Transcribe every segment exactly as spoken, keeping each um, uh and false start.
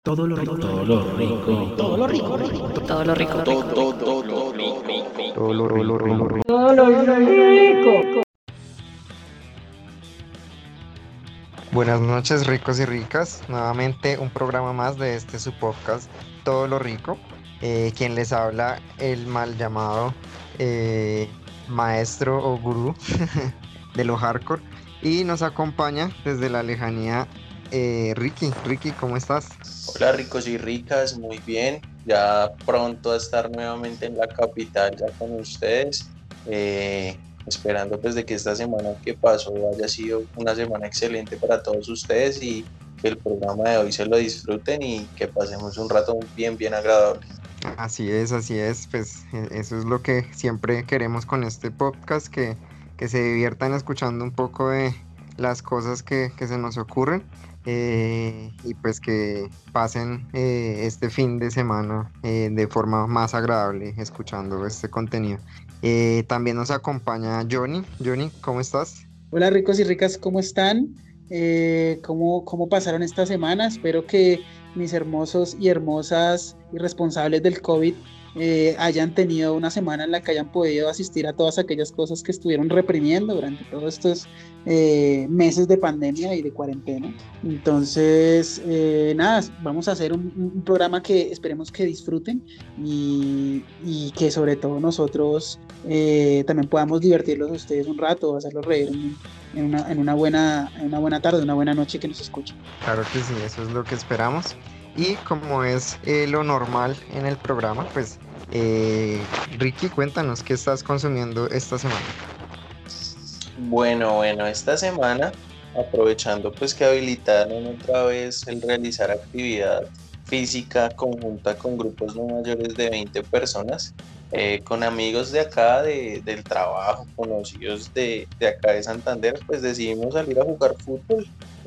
Todo lo rico, todo lo rico, Todo lo rico, rico. Todo lo rico, Todo, rico. todo, todo lo rico. todo lo rico, todo lo rico. Todo lo rico. Buenas noches, ricos y ricas. Nuevamente un programa más de este su podcast, Todo lo Rico. Eh, quien les habla, el mal llamado eh, maestro o gurú de lo hardcore. Y nos acompaña desde la lejanía eh, Ricky. Ricky, ¿cómo estás? Hola ricos y ricas, muy bien. Ya pronto a estar nuevamente en la capital ya con ustedes. Eh, esperando pues de que esta semana que pasó haya sido una semana excelente para todos ustedes y que el programa de hoy se lo disfruten y que pasemos un rato bien bien agradable. Así es, así es. Pues eh, eso es lo que siempre queremos con este podcast, que, que se diviertan escuchando un poco de las cosas que, que se nos ocurren. Eh, y pues que pasen eh, este fin de semana eh, de forma más agradable escuchando este contenido. Eh, también nos acompaña Johnny. Johnny, ¿cómo estás? Hola ricos y ricas, ¿cómo están? Eh, ¿cómo, ¿Cómo pasaron esta semana? Espero que mis hermosos y hermosas y responsables del COVID eh, hayan tenido una semana en la que hayan podido asistir a todas aquellas cosas que estuvieron reprimiendo durante todos estos eh, meses de pandemia y de cuarentena. Entonces, eh, nada, vamos a hacer un, un programa que esperemos que disfruten y, y que sobre todo nosotros eh, también podamos divertirlos a ustedes un rato, hacerlos reír en, en, una, en, una buena, en una buena tarde, una buena noche que nos escuchen. Claro que sí, eso es lo que esperamos. Y como es eh, lo normal en el programa, pues eh, Ricky, cuéntanos qué estás consumiendo esta semana. Bueno, bueno, esta semana, aprovechando pues que habilitaron otra vez el realizar actividad física conjunta con grupos no mayores de veinte personas, eh, con amigos de acá de, del trabajo, conocidos de, de acá de Santander, pues decidimos salir a jugar fútbol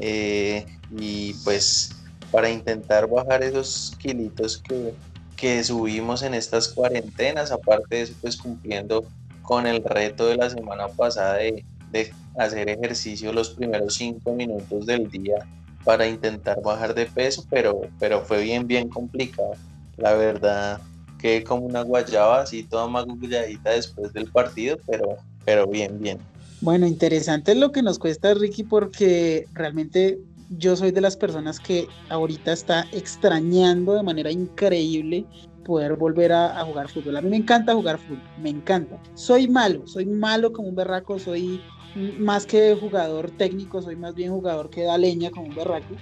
eh, y pues para intentar bajar esos kilitos que, que subimos en estas cuarentenas, aparte de eso pues cumpliendo con el reto de la semana pasada de de hacer ejercicio los primeros cinco minutos del día para intentar bajar de peso, pero, pero fue bien, bien complicado. La verdad, quedé como una guayaba así toda magulladita después del partido, pero, pero bien, bien. Bueno, interesante lo que nos cuesta Ricky, porque realmente yo soy de las personas que ahorita está extrañando de manera increíble poder volver a, a jugar fútbol. A mí me encanta jugar fútbol, me encanta. Soy malo, soy malo como un berraco, soy más que jugador técnico, soy más bien jugador que da leña como un berraco,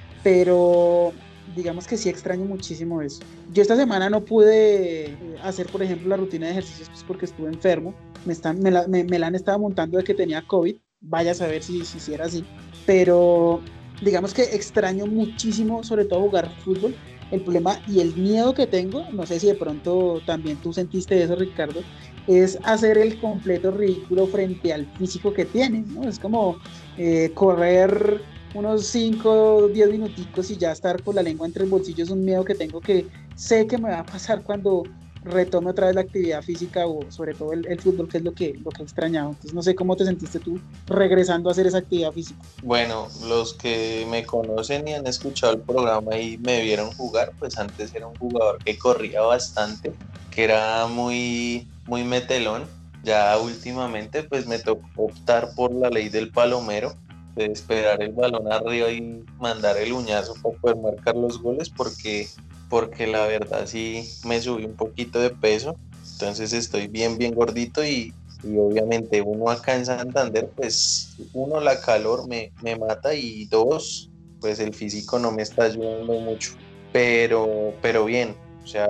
pero digamos que sí extraño muchísimo eso. Yo esta semana no pude hacer, por ejemplo, la rutina de ejercicios pues porque estuve enfermo, me, están, me, la, me, me la han estado montando de que tenía COVID, vaya a saber si, si, si era así, pero digamos que extraño muchísimo, sobre todo jugar fútbol. El problema y el miedo que tengo, no sé si de pronto también tú sentiste eso, Ricardo, es hacer el completo ridículo frente al físico que tienes, ¿no? Es como eh, correr unos cinco o diez minuticos y ya estar con la lengua entre el bolsillo. Es un miedo que tengo, que sé que me va a pasar cuando retome otra vez la actividad física o sobre todo el, el fútbol, que es lo que, lo que he extrañado. Entonces no sé cómo te sentiste tú regresando a hacer esa actividad física. Bueno, los que me conocen y han escuchado el programa y me vieron jugar, pues antes era un jugador que corría bastante, que era muy, muy metelón. Ya últimamente pues me tocó optar por la ley del palomero, de esperar el balón arriba y mandar el uñazo para poder marcar los goles, porque porque la verdad sí me subí un poquito de peso, entonces estoy bien, bien gordito y, y obviamente uno acá en Santander, pues uno, la calor me, me mata y dos, pues el físico no me está ayudando mucho, pero, pero bien, o sea,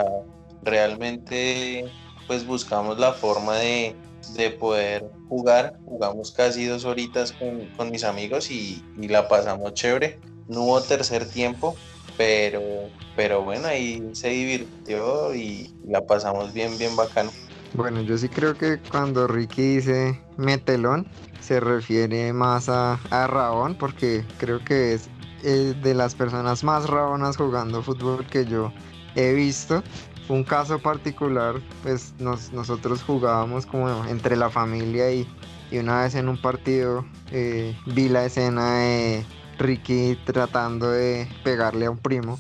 realmente pues buscamos la forma de, de poder jugar, jugamos casi dos horitas con, con mis amigos y, y la pasamos chévere, no hubo tercer tiempo, pero pero bueno, ahí se divirtió y la pasamos bien, bien bacano. Bueno, yo sí creo que cuando Ricky dice metelón, se refiere más a, a Rabón, porque creo que es eh, de las personas más rabonas jugando fútbol que yo he visto. Fue un caso particular, pues nos, nosotros jugábamos como entre la familia y, y una vez en un partido eh, vi la escena de Ricky tratando de pegarle a un primo.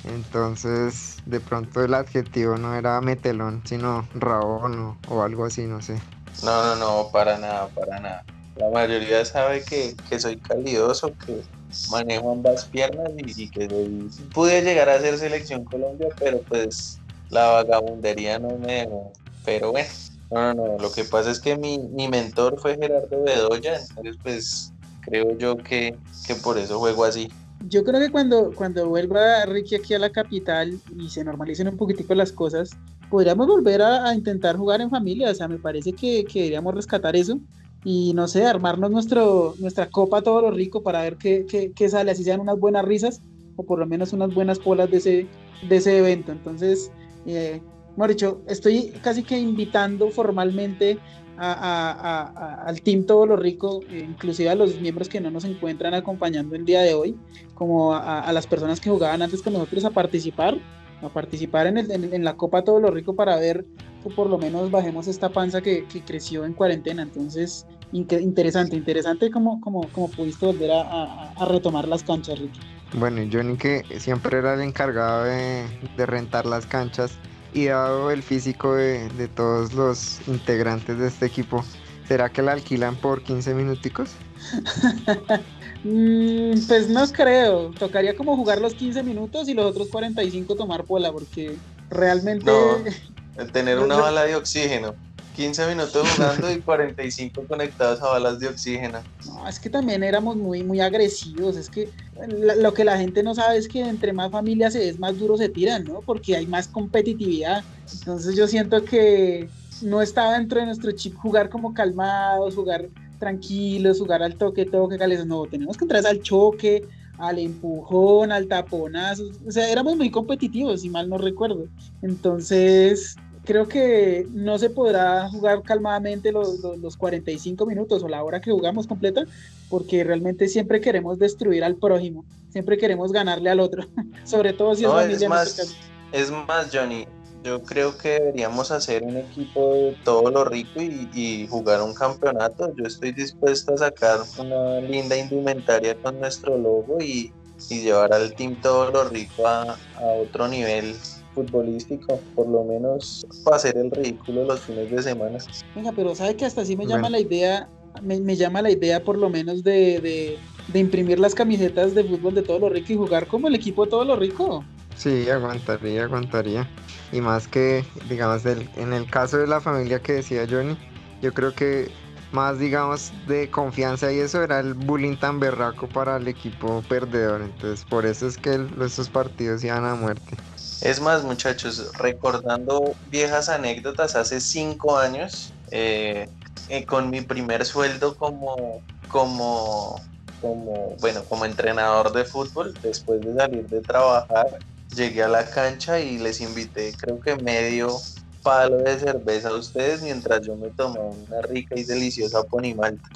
Entonces, de pronto el adjetivo no era metelón, sino rabón o, o algo así, no sé. No, no, no, para nada, para nada. La mayoría sabe que, que soy calidoso, que manejo ambas piernas y, y que soy- pude llegar a ser selección Colombia, pero pues la vagabundería no me dejó. Pero bueno, no, no, no. Lo que pasa es que mi, mi mentor fue Gerardo Bedoya, entonces pues creo yo que, que por eso juego así. Yo creo que cuando, cuando vuelva Ricky aquí a la capital y se normalicen un poquitico las cosas, podríamos volver a, a intentar jugar en familia. O sea, me parece que, que deberíamos rescatar eso y no sé, armarnos nuestro, nuestra copa todo lo rico para ver qué, qué, qué sale, así sean unas buenas risas o por lo menos unas buenas polas de ese, de ese evento. Entonces, eh, mejor dicho, estoy casi que invitando formalmente a, a, a, a, al team Todo lo Rico, eh, inclusive a los miembros que no nos encuentran acompañando el día de hoy, como a, a las personas que jugaban antes con nosotros a participar, a participar en, el, en, en la Copa Todo lo Rico para ver que por lo menos bajemos esta panza que, que creció en cuarentena. Entonces, in, interesante, interesante como, como, como pudiste volver a, a, a retomar las canchas, Ricky. Bueno, y Johnny que siempre era el encargado de, de rentar las canchas y dado el físico de, de todos los integrantes de este equipo, ¿será que la alquilan por quince minuticos? mm, pues no creo, tocaría como jugar los quince minutos y los otros cuarenta y cinco tomar pola, porque realmente... No, tener una bala de oxígeno. quince minutos jugando y cuarenta y cinco conectados a balas de oxígeno. No, es que también éramos muy, muy agresivos. Es que la, lo que la gente no sabe es que entre más familias se es, más duro se tiran, ¿no? Porque hay más competitividad. Entonces yo siento que no estaba dentro de nuestro chip jugar como calmados, jugar tranquilos, jugar al toque, toque, cales. No, tenemos que entrar al choque, al empujón, al taponazo. O sea, éramos muy competitivos, si mal no recuerdo. Entonces... creo que no se podrá jugar calmadamente los, los, los cuarenta y cinco minutos o la hora que jugamos completa, porque realmente siempre queremos destruir al prójimo, siempre queremos ganarle al otro, sobre todo si no, es familia. Es más, es más, Johnny, yo creo que deberíamos hacer un equipo de Todo lo Rico y, y jugar un campeonato. Yo estoy dispuesto a sacar una linda indumentaria con nuestro logo y, y llevar al team Todo lo Rico a, a otro nivel futbolístico, por lo menos para hacer el ridículo los fines de semana. Venga, pero sabe que hasta así me Bueno. llama la idea, me, me llama la idea por lo menos de, de, de imprimir las camisetas de fútbol de Todo lo Rico y jugar como el equipo de Todo lo Rico. Sí, aguantaría, aguantaría. Y más que, digamos, del, en el caso de la familia que decía Johnny, yo creo que más, digamos, de confianza y eso era el bullying tan berraco para el equipo perdedor. Entonces, por eso es que el, estos partidos iban a muerte. Es más, muchachos, recordando viejas anécdotas, hace cinco años, eh, eh, con mi primer sueldo como, como, como, bueno, como entrenador de fútbol, después de salir de trabajar, llegué a la cancha y les invité, creo que medio palo de cerveza a ustedes mientras yo me tomaba una rica y deliciosa ponimalta.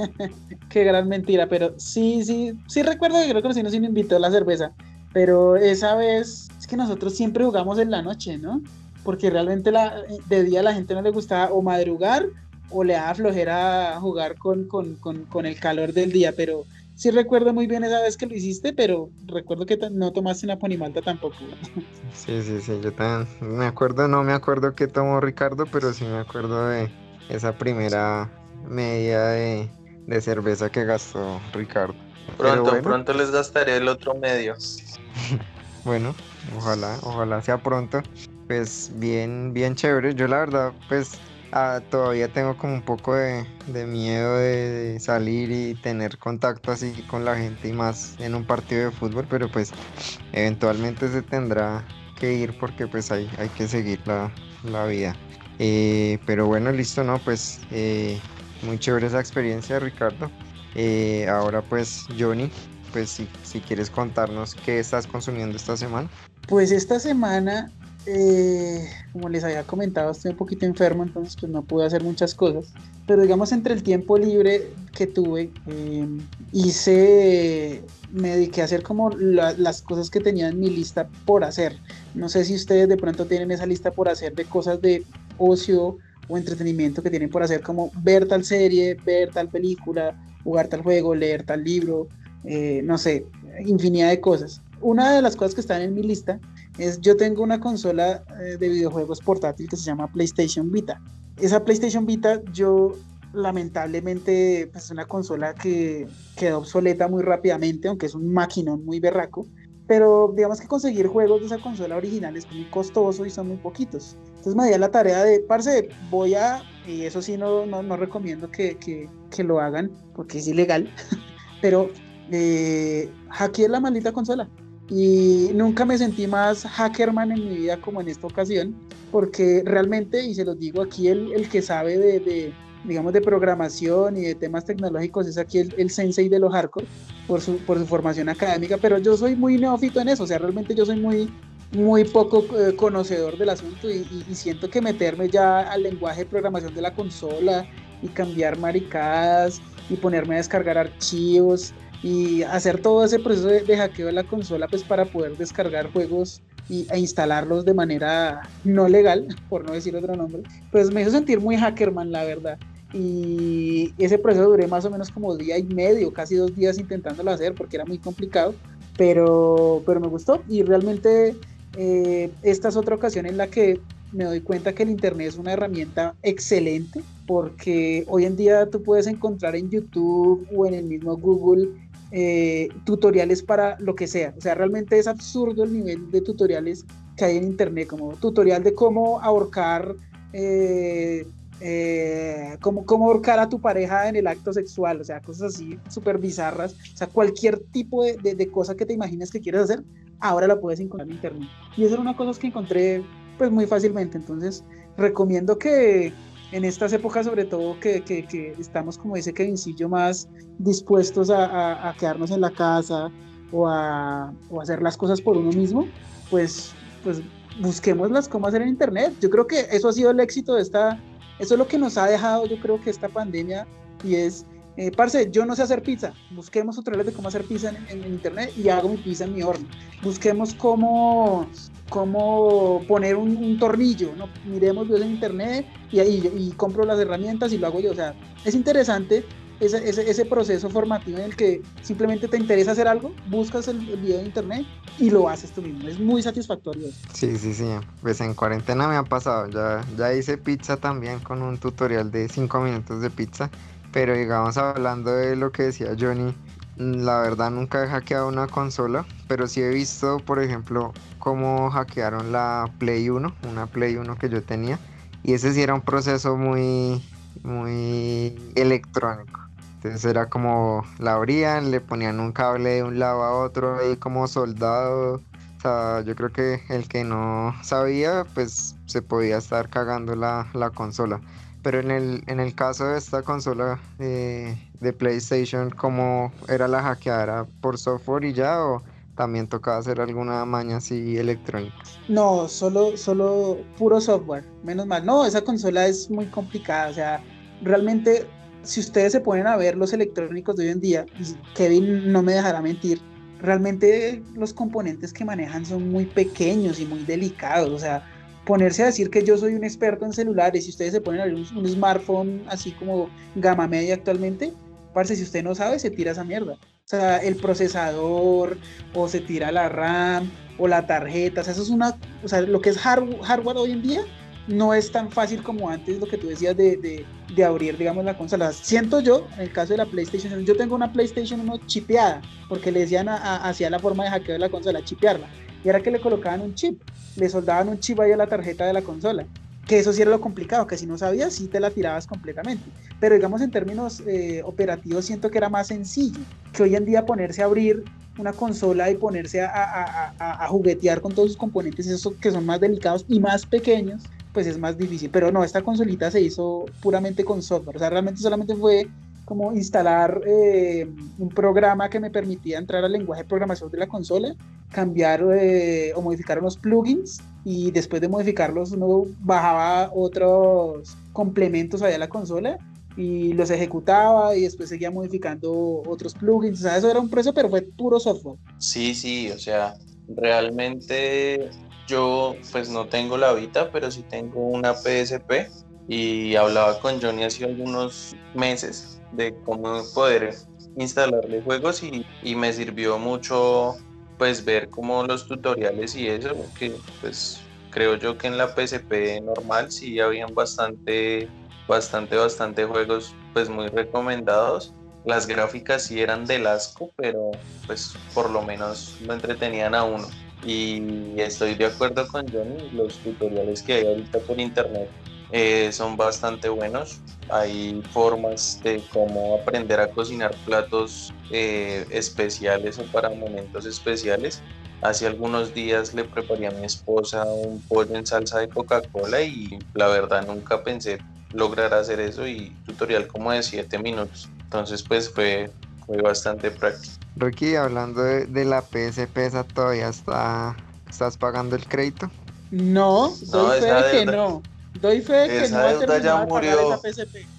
Qué gran mentira, pero sí, sí, sí recuerdo que creo que sí nos invitó a la cerveza. Pero esa vez es que nosotros siempre jugamos en la noche, ¿no? Porque realmente la, de día a la gente no le gustaba o madrugar o le daba flojera jugar con, con, con, con el calor del día. Pero sí recuerdo muy bien esa vez que lo hiciste, pero recuerdo que no tomaste una ponimalta tampoco. Sí, sí, sí, yo también me acuerdo, no me acuerdo qué tomó Ricardo, pero sí me acuerdo de esa primera media de, de cerveza que gastó Ricardo. Pronto, bueno. pronto les gastaré el otro medio. Bueno, ojalá, ojalá sea pronto. Pues bien, bien chévere. Yo la verdad, pues ah, todavía tengo como un poco de, de miedo de, de salir y tener contacto así con la gente y más en un partido de fútbol, pero pues eventualmente se tendrá que ir porque pues hay, hay que seguir la, la vida. Eh, pero bueno, listo, ¿no? Pues eh, muy chévere esa experiencia, Ricardo. Eh, ahora pues, Johnny, pues si, si quieres contarnos qué estás consumiendo esta semana. Pues esta semana, eh, como les había comentado, estoy un poquito enfermo, entonces pues no pude hacer muchas cosas. Pero digamos, entre el tiempo libre que tuve, eh, hice, me dediqué a hacer como la, las cosas que tenía en mi lista por hacer. No sé si ustedes de pronto tienen esa lista por hacer de cosas de ocio o entretenimiento que tienen por hacer, como ver tal serie, ver tal película, jugar tal juego, leer tal libro, eh, no sé, infinidad de cosas. una de las cosas que están en mi lista es, yo tengo una consola eh, de videojuegos portátil que se llama PlayStation Vita. Esa PlayStation Vita, yo lamentablemente, pues es una consola que quedó obsoleta muy rápidamente, aunque es un maquinón muy berraco, pero digamos que conseguir juegos de esa consola original es muy costoso y son muy poquitos. Entonces me di a la tarea de, parce, voy a, y eso sí no, no, no recomiendo que, que, que lo hagan porque es ilegal, pero eh, hackeé la maldita consola. Y nunca me sentí más hackerman en mi vida como en esta ocasión, porque realmente, y se los digo aquí, el, el que sabe de, de, digamos, de programación y de temas tecnológicos es aquí el, el sensei de los hardcore, por su, por su formación académica, pero yo soy muy neófito en eso, o sea, realmente yo soy muy, muy poco eh, conocedor del asunto, y, y, y siento que meterme ya al lenguaje de programación de la consola y cambiar maricadas y ponerme a descargar archivos y hacer todo ese proceso de, de hackeo de la consola, pues para poder descargar juegos y, e instalarlos de manera no legal, por no decir otro nombre, pues me hizo sentir muy hackerman, la verdad. Y ese proceso duré más o menos como día y medio, casi dos días intentándolo hacer porque era muy complicado, pero, pero me gustó. Y realmente eh, esta es otra ocasión en la que me doy cuenta que el internet es una herramienta excelente, porque hoy en día tú puedes encontrar en YouTube o en el mismo Google eh, tutoriales para lo que sea. O sea, realmente es absurdo el nivel de tutoriales que hay en internet, como tutorial de cómo ahorcar eh, eh, cómo, cómo ahorcar a tu pareja en el acto sexual, o sea, cosas así súper bizarras. O sea, cualquier tipo de, de, de cosa que te imagines que quieres hacer, ahora la puedes encontrar en internet. Y eso era una cosa que encontré pues muy fácilmente. Entonces recomiendo que en estas épocas, sobre todo que, que, que estamos, como dice Kevincillo, más dispuestos a, a, a quedarnos en la casa o a, o a hacer las cosas por uno mismo, pues, pues busquémoslas cómo hacer en internet. Yo creo que eso ha sido el éxito de esta, eso es lo que nos ha dejado, yo creo que esta pandemia, y es, eh, parce, yo no sé hacer pizza, busquemos tutoriales de cómo hacer pizza en, en, en internet y hago mi pizza en mi horno. Busquemos cómo cómo poner un, un tornillo, ¿no? Miremos videos en internet y, y, y compro las herramientas y lo hago yo. O sea, es interesante ese, ese, ese proceso formativo en el que simplemente te interesa hacer algo, buscas el, el video en internet y lo haces tú mismo. Es muy satisfactorio. Sí, sí, sí. Pues en cuarentena me ha pasado. Ya, ya hice pizza también con un tutorial de cinco minutos de pizza. Pero digamos, hablando de lo que decía Johnny, la verdad nunca he hackeado una consola, pero sí he visto, por ejemplo, cómo hackearon la Play uno, una Play uno que yo tenía, y ese sí era un proceso muy, muy electrónico. Entonces era como la abrían, le ponían un cable de un lado a otro ahí como soldado. O sea, yo creo que el que no sabía, pues se podía estar cagando la, la consola. Pero en el, en el caso de esta consola eh, de PlayStation, ¿cómo era la hackeada? ¿Por software y ya, o también tocaba hacer alguna maña así electrónica? No, solo, solo puro software, menos mal. No, esa consola es muy complicada, o sea, realmente, si ustedes se ponen a ver los electrónicos de hoy en día, y Kevin no me dejará mentir, realmente los componentes que manejan son muy pequeños y muy delicados. O sea, ponerse a decir que yo soy un experto en celulares, si ustedes se ponen a ver un, un smartphone así como gama media actualmente, parce, si usted no sabe, se tira esa mierda. O sea, el procesador, o se tira la RAM, o la tarjeta. O sea, eso es una, o sea, lo que es hard, hardware hoy en día no es tan fácil como antes, lo que tú decías de, de, de abrir, digamos, la consola. Siento yo, en el caso de la PlayStation, yo tengo una PlayStation uno chipeada, porque le decían, a, a, hacía la forma de hackeo de la consola, chipearla. Y era que le colocaban un chip, le soldaban un chip ahí a la tarjeta de la consola. Que eso sí era lo complicado, que si no sabías, sí te la tirabas completamente. Pero digamos, en términos eh, operativos, siento que era más sencillo. Que hoy en día ponerse a abrir una consola y ponerse a, a, a, a juguetear con todos sus componentes, esos que son más delicados y más pequeños, pues es más difícil. Pero no, esta consolita se hizo puramente con software. O sea, realmente solamente fue como instalar eh, un programa que me permitía entrar al lenguaje de programación de la consola, cambiar eh, o modificar unos plugins, y después de modificarlos uno bajaba otros complementos allá a la consola y los ejecutaba, y después seguía modificando otros plugins. O sea, eso era un proceso, pero fue puro software. Sí, sí, o sea, realmente yo pues no tengo la Vita, pero sí tengo una P S P, y hablaba con Johnny hace algunos meses de cómo poder instalarle juegos, y, y me sirvió mucho pues ver como los tutoriales y eso, porque pues creo yo que en la P S P normal sí habían bastante, bastante, bastante juegos pues muy recomendados. Las gráficas sí eran del asco, pero pues por lo menos lo entretenían a uno. Y estoy de acuerdo con Johnny, los tutoriales que hay ahorita por internet eh, son bastante buenos. Hay formas de cómo aprender a cocinar platos eh, especiales o para momentos especiales. Hace algunos días le preparé a mi esposa un pollo en salsa de Coca-Cola y la verdad nunca pensé lograr hacer eso, y tutorial como de siete minutos. Entonces pues fue, fue bastante práctico. Ricky, hablando de, de la P S P, ¿esa todavía está, estás pagando el crédito? No, No, doy fe esa de que deuda, no. Doy fe de que esa no ha deuda ya terminado de pagar murió. esa P S P.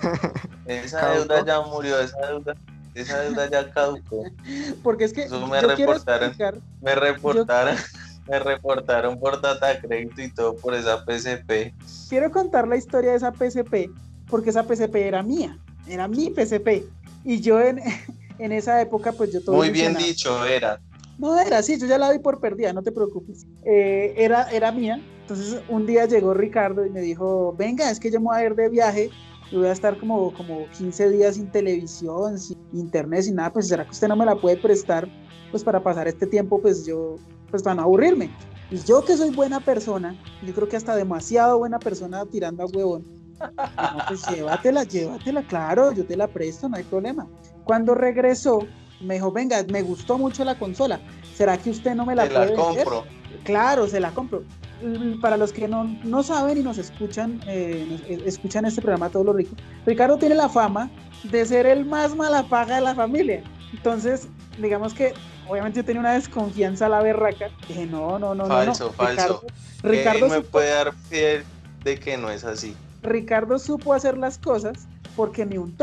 Esa ¿Caducó? deuda ya murió, esa deuda, esa deuda ya caducó. Porque es que Eso me yo quiero reportaron, explicar, me yo reportaron, me reportaron por data crédito y todo por esa P S P. quiero contar la historia de esa P S P, porque esa P S P era mía, era mi P S P. Y yo en, en esa época, pues yo todo Muy bien ilusionado. dicho, era. No era así, yo ya la di por perdida, no te preocupes. Eh, era, era mía. Entonces un día llegó Ricardo y me dijo, venga, es que yo me voy a ir de viaje y voy a estar como, como quince días sin televisión, sin internet, sin nada, pues ¿será que usted no me la puede prestar pues para pasar este tiempo, pues yo, pues para no aburrirme? Y yo que soy buena persona, yo creo que hasta demasiado buena persona tirando a huevón, no, pues llévatela, llévatela, claro, yo te la presto, no hay problema. Cuando regresó, me dijo, venga, me gustó mucho la consola, ¿será que usted no me la Te puede la vender? compro. Claro, se la compro. Para los que no, no saben y nos escuchan, eh, nos, escuchan este programa Todo lo Rico, Ricardo tiene la fama de ser el más mala paga de la familia. Entonces, digamos que obviamente yo tenía una desconfianza a la berraca. Dije, no, no, no, Falso, no, no. falso. Ricardo, Ricardo ¿Quién me supo, puede dar fe de que no es así? Ricardo supo hacer las cosas porque me untó.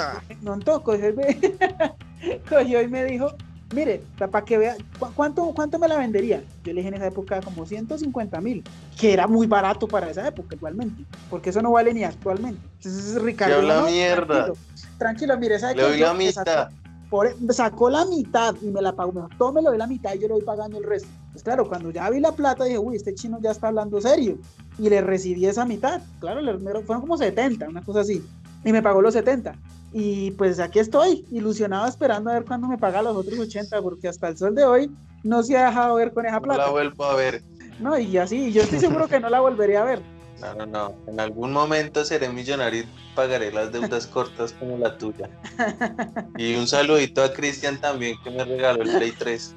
Me untó, cogió y me, cogió y me dijo, mire, para que vea, ¿cu- ¿cuánto, ¿cuánto me la vendería? Yo le dije en esa época como ciento cincuenta mil, que era muy barato para esa época igualmente, porque eso no vale ni actualmente. Entonces Ricardo ¿Qué dijo, habla no, mierda? tranquilo, tranquilo, mire, ¿sabe Le qué? doy Yo- la me sacó, mitad. por- me sacó la mitad y me la pagó, me dijo, tome, le doy la mitad y yo le voy pagando el resto. Pues claro, cuando ya vi la plata dije, uy, este chino ya está hablando serio, y le recibí esa mitad, claro, le- me- fueron como setenta, una cosa así, y me pagó los setenta. Y pues aquí estoy, ilusionado esperando a ver cuándo me paga los otros ochenta, porque hasta el sol de hoy no se ha dejado ver con esa No la plata. vuelvo a ver. No, y así, y yo estoy seguro que no la volvería a ver. No, no, no. En algún momento seré millonario y pagaré las deudas cortas como la tuya. Y un saludito a Cristian también, que me regaló el Play tres.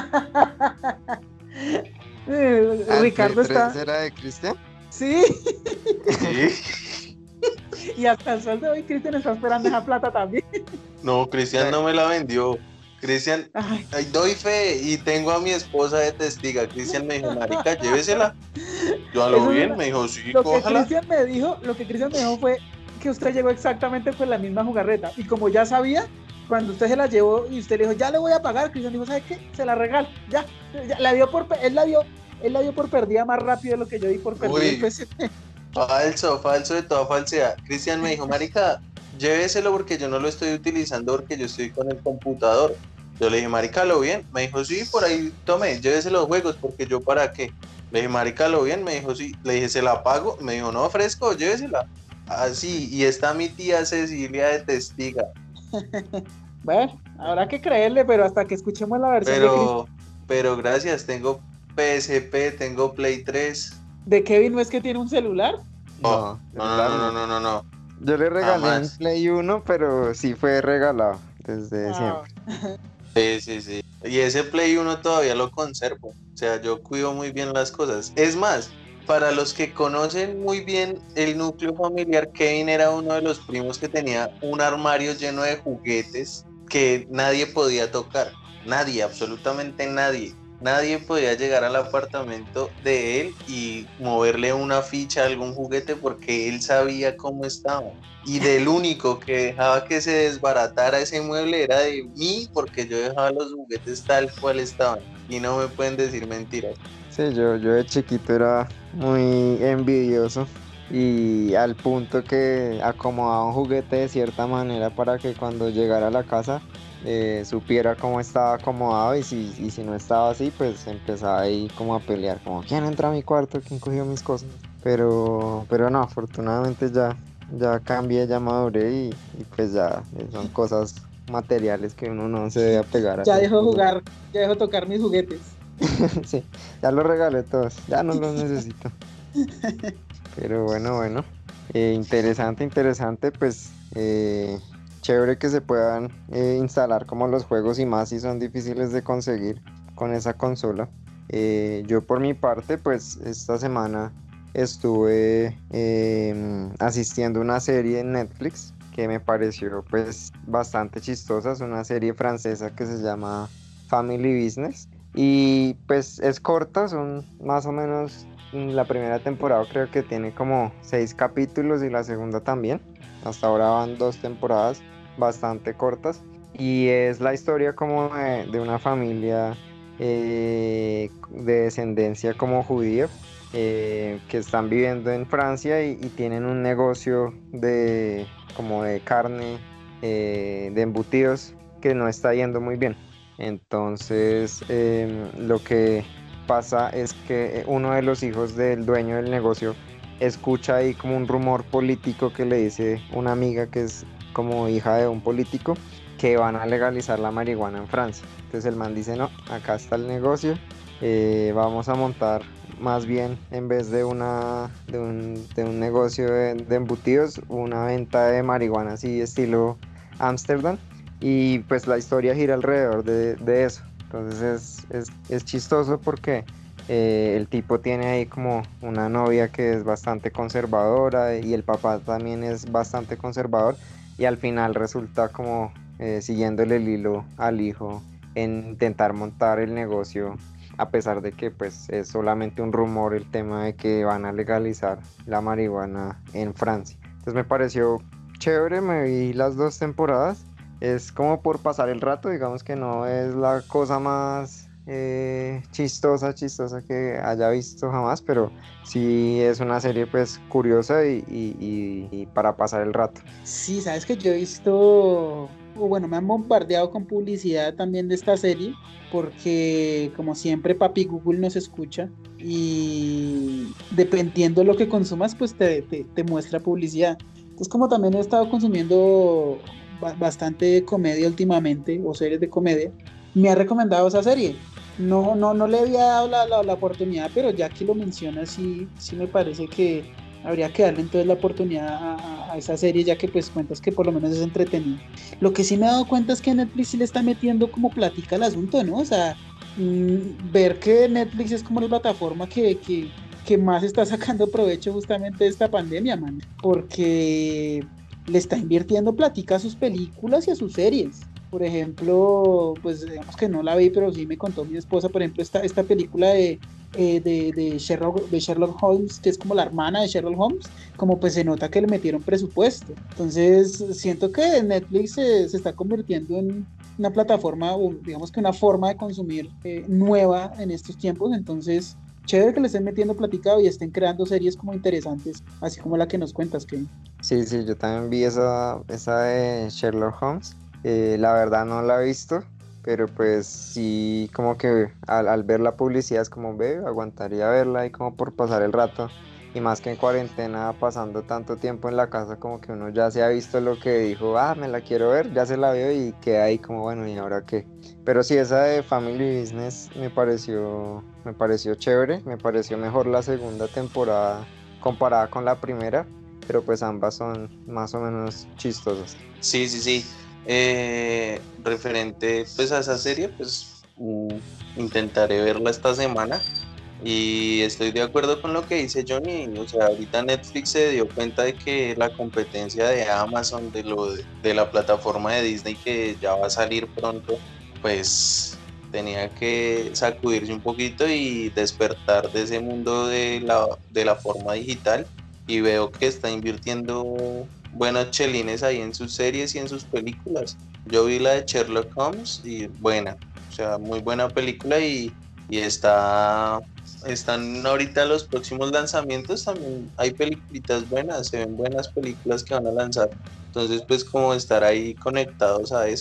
Eh, Ah, ¿el Ricardo Play tres está, era de Cristian? sí, ¿Sí? y hasta el sol de hoy Cristian está esperando esa plata también. No, Cristian no me la vendió. Cristian, Ay, ay, doy fe y tengo a mi esposa de testiga. Cristian me dijo, marica, llévesela. Yo a lo eso es bien, una- me dijo, sí, lo que cójala. Cristian me dijo, lo que Cristian me dijo fue que usted llegó exactamente con la misma jugarreta, y como ya sabía, cuando usted se la llevó y usted le dijo, ya le voy a pagar, Cristian dijo, ¿sabe qué? Se la regalo, ya, ya, la dio por, pe- él la dio, él la dio por perdida más rápido de lo que yo di por perdida Uy. el P C P. Falso, falso de toda falsedad. Cristian me dijo, marica, lléveselo porque yo no lo estoy utilizando porque yo estoy con el computador. Yo le dije, marica, ¿lo bien? Me dijo, sí, por ahí, tome, llévese los juegos porque yo para qué. Le dije, marica, ¿lo bien? Me dijo, sí. Le dije, ¿se la pago? Me dijo, no, fresco, llévesela. Así, y está mi tía Cecilia de testiga. Bueno, habrá que creerle, pero hasta que escuchemos la versión de, Chris- Pero, pero gracias, tengo P S P, tengo Play tres. de Kevin, ¿no es que tiene un celular? No, no, no, no, no, no, no. Yo le regalé un Jamás. Play uno, pero sí fue regalado desde Ah, siempre. Sí, sí, sí. Y ese Play uno todavía lo conservo. O sea, yo cuido muy bien las cosas. Es más, para los que conocen muy bien el núcleo familiar, Kevin era uno de los primos que tenía un armario lleno de juguetes que nadie podía tocar. Nadie, absolutamente nadie. Nadie podía llegar al apartamento de él y moverle una ficha a algún juguete porque él sabía cómo estaba. Y del único que dejaba que se desbaratara ese mueble era de mí, porque yo dejaba los juguetes tal cual estaban. Y no me pueden decir mentiras. Sí, yo, yo de chiquito era muy envidioso y al punto que acomodaba un juguete de cierta manera para que cuando llegara a la casa eh, supiera cómo estaba acomodado y si, y si no estaba así, pues empezaba ahí como a pelear, como ¿quién entra a mi cuarto? ¿Quién cogió mis cosas? Pero, pero no, afortunadamente ya, ya cambié, ya maduré y, y pues ya eh, son cosas materiales que uno no se debe apegar a Ya esas dejo de cosas. jugar, ya dejo de tocar mis juguetes. Sí, ya los regalé todos, ya no los necesito. Pero bueno, bueno, eh, interesante, interesante, pues eh, chévere que se puedan eh, instalar como los juegos y más si son difíciles de conseguir con esa consola. Eh, yo por mi parte, pues esta semana estuve eh, asistiendo a una serie en Netflix que me pareció pues bastante chistosa, es una serie francesa que se llama Family Business y pues es corta, son más o menos la primera temporada creo que tiene como seis capítulos y la segunda también. Hasta ahora van dos temporadas bastante cortas. Y es la historia como de, de una familia eh, de descendencia como judía eh, que están viviendo en Francia y, y tienen un negocio de como de carne, eh, de embutidos que no está yendo muy bien. Entonces em, lo que pasa es que uno de los hijos del dueño del negocio escucha ahí como un rumor político que le dice una amiga que es como hija de un político que van a legalizar la marihuana en Francia. Entonces el man dice, no, acá está el negocio, eh, vamos a montar más bien en vez de, una, de, un, de un negocio de, de embutidos, una venta de marihuana así estilo Ámsterdam. Y pues la historia gira alrededor de, de eso. Entonces es, es, es chistoso porque eh, el tipo tiene ahí como una novia que es bastante conservadora y el papá también es bastante conservador y al final resulta como eh, siguiéndole el hilo al hijo en intentar montar el negocio a pesar de que pues es solamente un rumor el tema de que van a legalizar la marihuana en Francia. Entonces me pareció chévere, me vi las dos temporadas. Es como por pasar el rato, digamos que no es la cosa más eh, chistosa, chistosa que haya visto jamás, pero sí es una serie pues curiosa y, y, y, y para pasar el rato. Sí, sabes que yo he visto, o bueno, me han bombardeado con publicidad también de esta serie, porque como siempre papi Google nos escucha y dependiendo de lo que consumas, pues te, te, te muestra publicidad. Entonces como también he estado consumiendo bastante comedia últimamente o series de comedia, me ha recomendado esa serie. No, no, no le había dado la, la, la oportunidad, pero ya que lo mencionas, sí, sí me parece que habría que darle entonces la oportunidad a, a esa serie, ya que pues cuentas que por lo menos es entretenido. Lo que sí me he dado cuenta es que Netflix sí le está metiendo como plática al asunto, ¿no? O sea, mmm, ver que Netflix es como la plataforma que, que, que más está sacando provecho justamente de esta pandemia, man, porque le está invirtiendo plática a sus películas y a sus series. Por ejemplo, pues digamos que no la vi, pero sí me contó mi esposa, por ejemplo, esta, esta película de, eh, de, de, Sherlock, de Sherlock Holmes, que es como la hermana de Sherlock Holmes, como pues se nota que le metieron presupuesto. Entonces, siento que Netflix se, se está convirtiendo en una plataforma, o digamos que una forma de consumir eh, nueva en estos tiempos. Entonces, chévere que le estén metiendo platicado y estén creando series como interesantes, así como la que nos cuentas, Kevin. Sí, sí, yo también vi esa, esa de Sherlock Holmes. Eh, la verdad no la he visto, pero pues sí, como que al, al ver la publicidad es como, ve, aguantaría verla y como por pasar el rato. Y más que en cuarentena, pasando tanto tiempo en la casa, como que uno ya se ha visto lo que dijo, ah, me la quiero ver, ya se la vio y queda ahí como, bueno, ¿y ahora qué? Pero sí, esa de Family Business me pareció, me pareció chévere, me pareció mejor la segunda temporada comparada con la primera, pero pues ambas son más o menos chistosas. Sí, sí, sí. Eh, referente pues a esa serie, pues uh, intentaré verla esta semana y estoy de acuerdo con lo que dice Johnny. O sea, ahorita Netflix se dio cuenta de que la competencia de Amazon, de lo de, de la plataforma de Disney que ya va a salir pronto, pues tenía que sacudirse un poquito y despertar de ese mundo de la, de la forma digital, y veo que está invirtiendo buenos chelines ahí en sus series y en sus películas. Yo vi la de Sherlock Holmes y buena, o sea, muy buena película, y, y está, están ahorita los próximos lanzamientos, también hay peliculitas buenas, se ven buenas películas que van a lanzar. Entonces pues como estar ahí conectados a eso.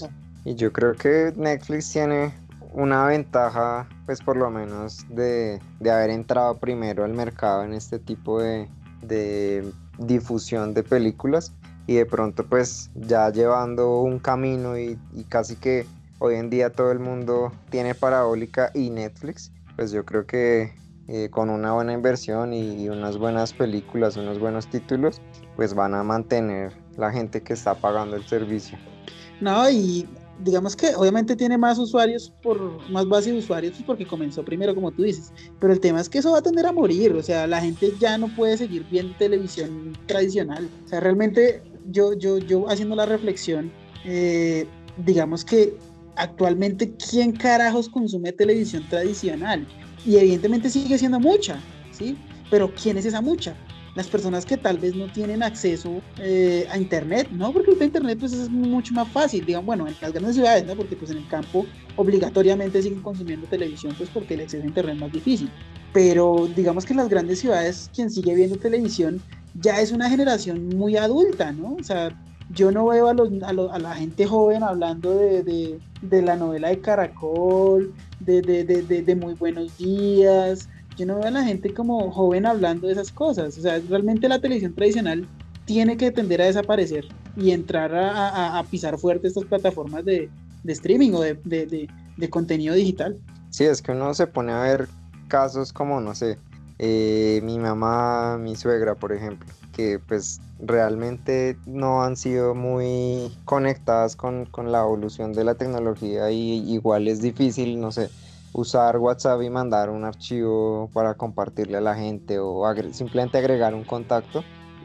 Y yo creo que Netflix tiene una ventaja, pues por lo menos de, de haber entrado primero al mercado en este tipo de, de difusión de películas y de pronto pues ya llevando un camino y, y casi que hoy en día todo el mundo tiene parabólica y Netflix, pues yo creo que eh, con una buena inversión y, y unas buenas películas, unos buenos títulos, pues van a mantener la gente que está pagando el servicio. No, y digamos que obviamente tiene más usuarios, por más base de usuarios, pues porque comenzó primero, como tú dices, pero el tema es que eso va a tender a morir, o sea, la gente ya no puede seguir viendo televisión tradicional, o sea, realmente yo, yo, yo haciendo la reflexión, eh, digamos que actualmente, ¿quién carajos consume televisión tradicional? Y evidentemente sigue siendo mucha, ¿sí? Pero ¿quién es esa mucha? Las personas que tal vez no tienen acceso eh, a internet, ¿no? Porque ahorita internet pues es mucho más fácil, digamos, bueno, en las grandes ciudades, ¿no? Porque pues en el campo obligatoriamente siguen consumiendo televisión, pues porque el acceso a internet es más difícil. Pero digamos que en las grandes ciudades quien sigue viendo televisión ya es una generación muy adulta, ¿no? O sea, yo no veo a, los, a, los, a la gente joven hablando de, de, de la novela de Caracol, de, de, de, de, de Muy Buenos Días. Yo no veo a la gente como joven hablando de esas cosas. O sea, realmente la televisión tradicional tiene que tender a desaparecer y entrar a, a, a pisar fuerte estas plataformas de, de streaming o de, de, de, de contenido digital. Sí, es que uno se pone a ver casos como, no sé, eh, mi mamá, mi suegra, por ejemplo, que pues realmente no han sido muy conectadas con, con la evolución de la tecnología y igual es difícil, no sé, usar WhatsApp y mandar un archivo para compartirle a la gente o agre- simplemente agregar un contacto.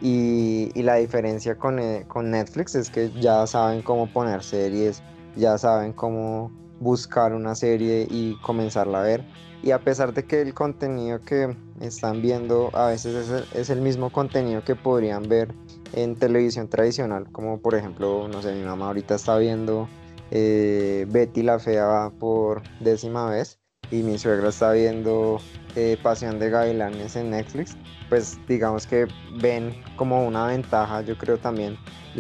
Y, y la diferencia con, eh, con Netflix es que ya saben cómo poner series, ya saben cómo buscar una serie y comenzarla a ver. Y a pesar de que el contenido que están viendo a veces es el, es el mismo contenido que podrían ver en televisión tradicional, como por ejemplo, no sé, mi mamá ahorita está viendo eh, Betty la Fea por décima vez y mi suegra está viendo eh, Pasión de Gavilanes en Netflix, pues digamos que ven como una ventaja, yo creo también,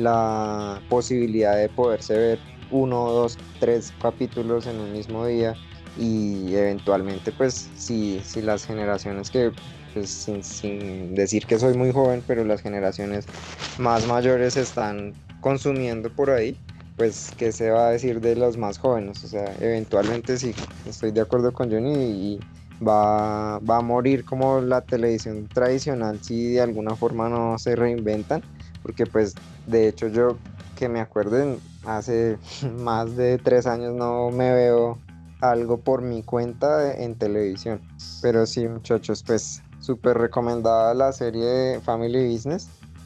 la posibilidad de poderse ver uno, dos, tres capítulos en un mismo día y eventualmente pues si, si las generaciones que, pues sin, sin decir que soy muy joven, pero las generaciones más mayores están consumiendo por ahí, pues qué se va a decir de los más jóvenes, o sea, eventualmente sí, estoy de acuerdo con Johnny y va, va a morir como la televisión tradicional si de alguna forma no se reinventan, porque pues de hecho yo que me acuerden hace más de tres años no me veo algo por mi cuenta en televisión, pero sí muchachos, pues súper recomendada la serie de Family Business.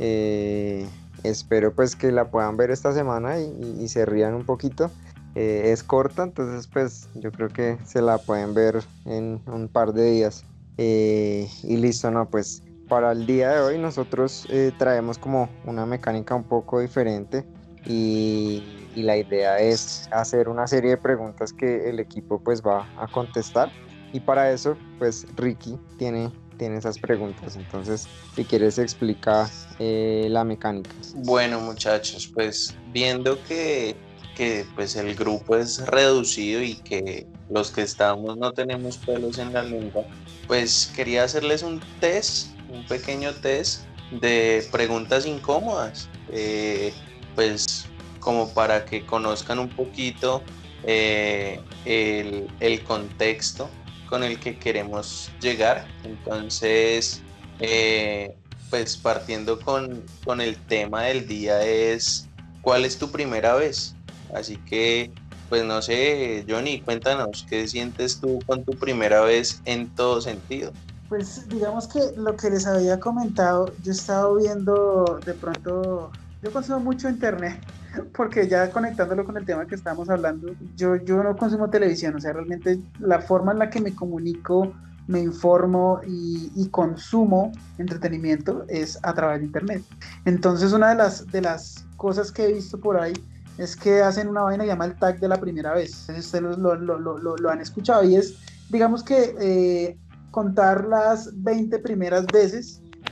eh, Espero pues que la puedan ver esta semana y, y, y se rían un poquito. Eh, es corta, entonces pues yo creo que se la pueden ver en un par de días. Eh, y listo, no, pues para el día de hoy nosotros eh, traemos como una mecánica un poco diferente y, y la idea es hacer una serie de preguntas que el equipo pues va a contestar. Y para eso pues Ricky tiene tiene esas preguntas, entonces si quieres explica eh, la mecánica. Bueno, muchachos, pues viendo que, que pues el grupo es reducido y que los que estamos no tenemos pelos en la lengua, pues quería hacerles un test, un pequeño test de preguntas incómodas, eh, pues como para que conozcan un poquito eh, el, el contexto con el que queremos llegar. Entonces, eh, pues partiendo con, con el tema del día es ¿cuál es tu primera vez? Así que, pues no sé, Johnny, cuéntanos, ¿qué sientes tú con tu primera vez en todo sentido? Pues digamos que lo que les había comentado, yo he estado viendo de pronto, yo consumo mucho internet, porque ya conectándolo con el tema que estábamos hablando, yo, yo no consumo televisión, o sea, realmente la forma en la que me comunico, me informo y, y consumo entretenimiento es a través de internet. Entonces una de las, de las cosas que he visto por ahí es que hacen una vaina que llama el tag de la primera vez, ustedes lo, lo, lo, lo, lo han escuchado y es, digamos que... Eh, contar las veinte primeras veces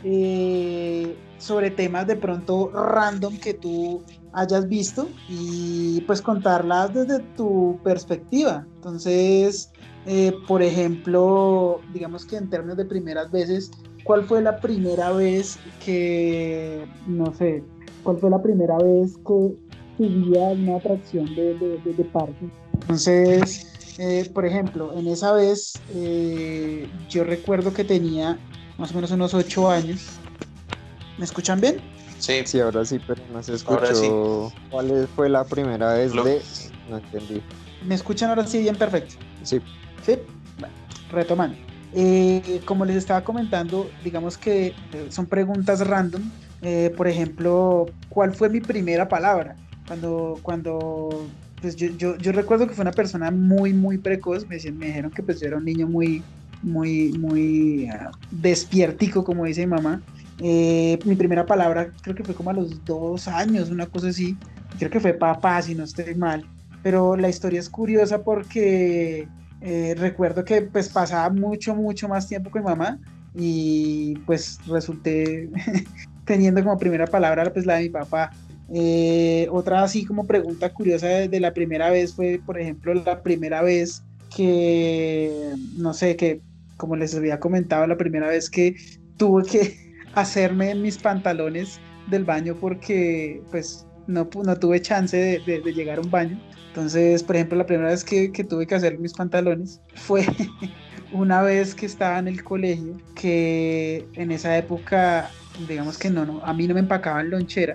eh, sobre temas de pronto random que tú hayas visto y pues contarlas desde tu perspectiva. Entonces, eh, por ejemplo, digamos que en términos de primeras veces, ¿cuál fue la primera vez que, no sé, cuál fue la primera vez que subía una atracción de, de, de, de parque? Entonces, eh, por ejemplo, en esa vez eh, yo recuerdo que tenía más o menos unos ocho años. ¿Me escuchan bien? Sí, Sí, ahora sí, pero no se ahora sí. escuchó. ¿Cuál es- fue la primera vez Lo- de...? No entendí. ¿Me escuchan ahora sí bien? Perfecto. Sí, Sí, bueno, retomando. Eh, como les estaba comentando, digamos que eh, son preguntas random. Eh, por ejemplo, ¿cuál fue mi primera palabra? Cuando, cuando, pues yo, yo, yo recuerdo que fue una persona muy, muy precoz. Me, decían- me dijeron que pues yo era un niño muy, muy, muy ah, despiertico, como dice mi mamá. Eh, mi primera palabra creo que fue como a los dos años, una cosa así. Creo que fue papá, si no estoy mal. Pero la historia es curiosa porque eh, recuerdo que pues pasaba mucho, mucho más tiempo con mi mamá y pues resulté teniendo como primera palabra pues la de mi papá. Eh, otra así como pregunta curiosa de, de la primera vez fue, por ejemplo, la primera vez que, no sé, que como les había comentado, la primera vez que tuve que hacerme mis pantalones del baño porque pues no, pu- no tuve chance de, de- de llegar a un baño. Entonces, por ejemplo, la primera vez que, que tuve que hacer mis pantalones fue una vez que estaba en el colegio, que en esa época, digamos que no, no, a mí no me empacaban lonchera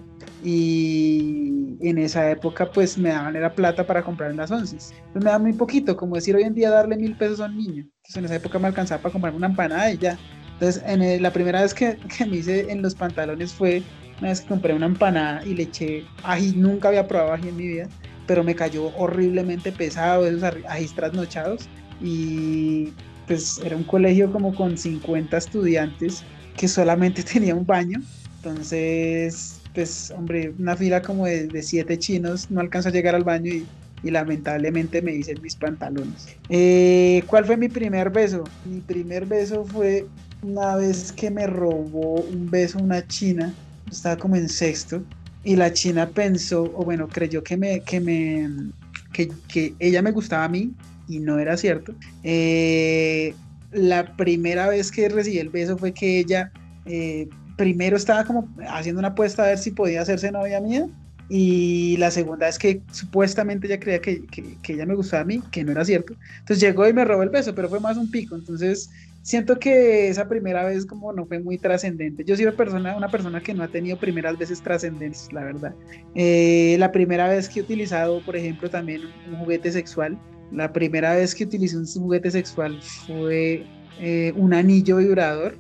y en esa época pues me daban era plata para comprar en las once. Pues me daban muy poquito, como decir hoy en día darle mil pesos a un niño. Entonces en esa época me alcanzaba para comprar una empanada y ya. Entonces en el- la primera vez que, que me hice en los pantalones fue una vez que compré una empanada y le eché ají, nunca había probado ají en mi vida, pero me cayó horriblemente pesado, esos arri- ajís trasnochados y pues era un colegio como con cincuenta estudiantes que solamente tenía un baño, entonces pues hombre, una fila como de, de siete chinos no alcanzó a llegar al baño y, y lamentablemente me hice en mis pantalones. Eh, ¿cuál fue mi primer beso? Mi primer beso fue una vez que me robó un beso una china, estaba como en sexto y la china pensó, o bueno, creyó que me, que me, que, que ella me gustaba a mí y no era cierto. Eh, la primera vez que recibí el beso fue que ella eh, primero estaba como haciendo una apuesta a ver si podía hacerse novia mía y la segunda es que supuestamente ella creía que, que, que ella me gustaba a mí, que no era cierto. Entonces llegó y me robó el beso, pero fue más un pico. Entonces siento que esa primera vez como no fue muy trascendente. Yo soy una persona, una persona que no ha tenido primeras veces trascendentes, la verdad. Eh, la primera vez que he utilizado, por ejemplo, también un, un juguete sexual, la primera vez que utilicé un juguete sexual fue eh, un anillo vibrador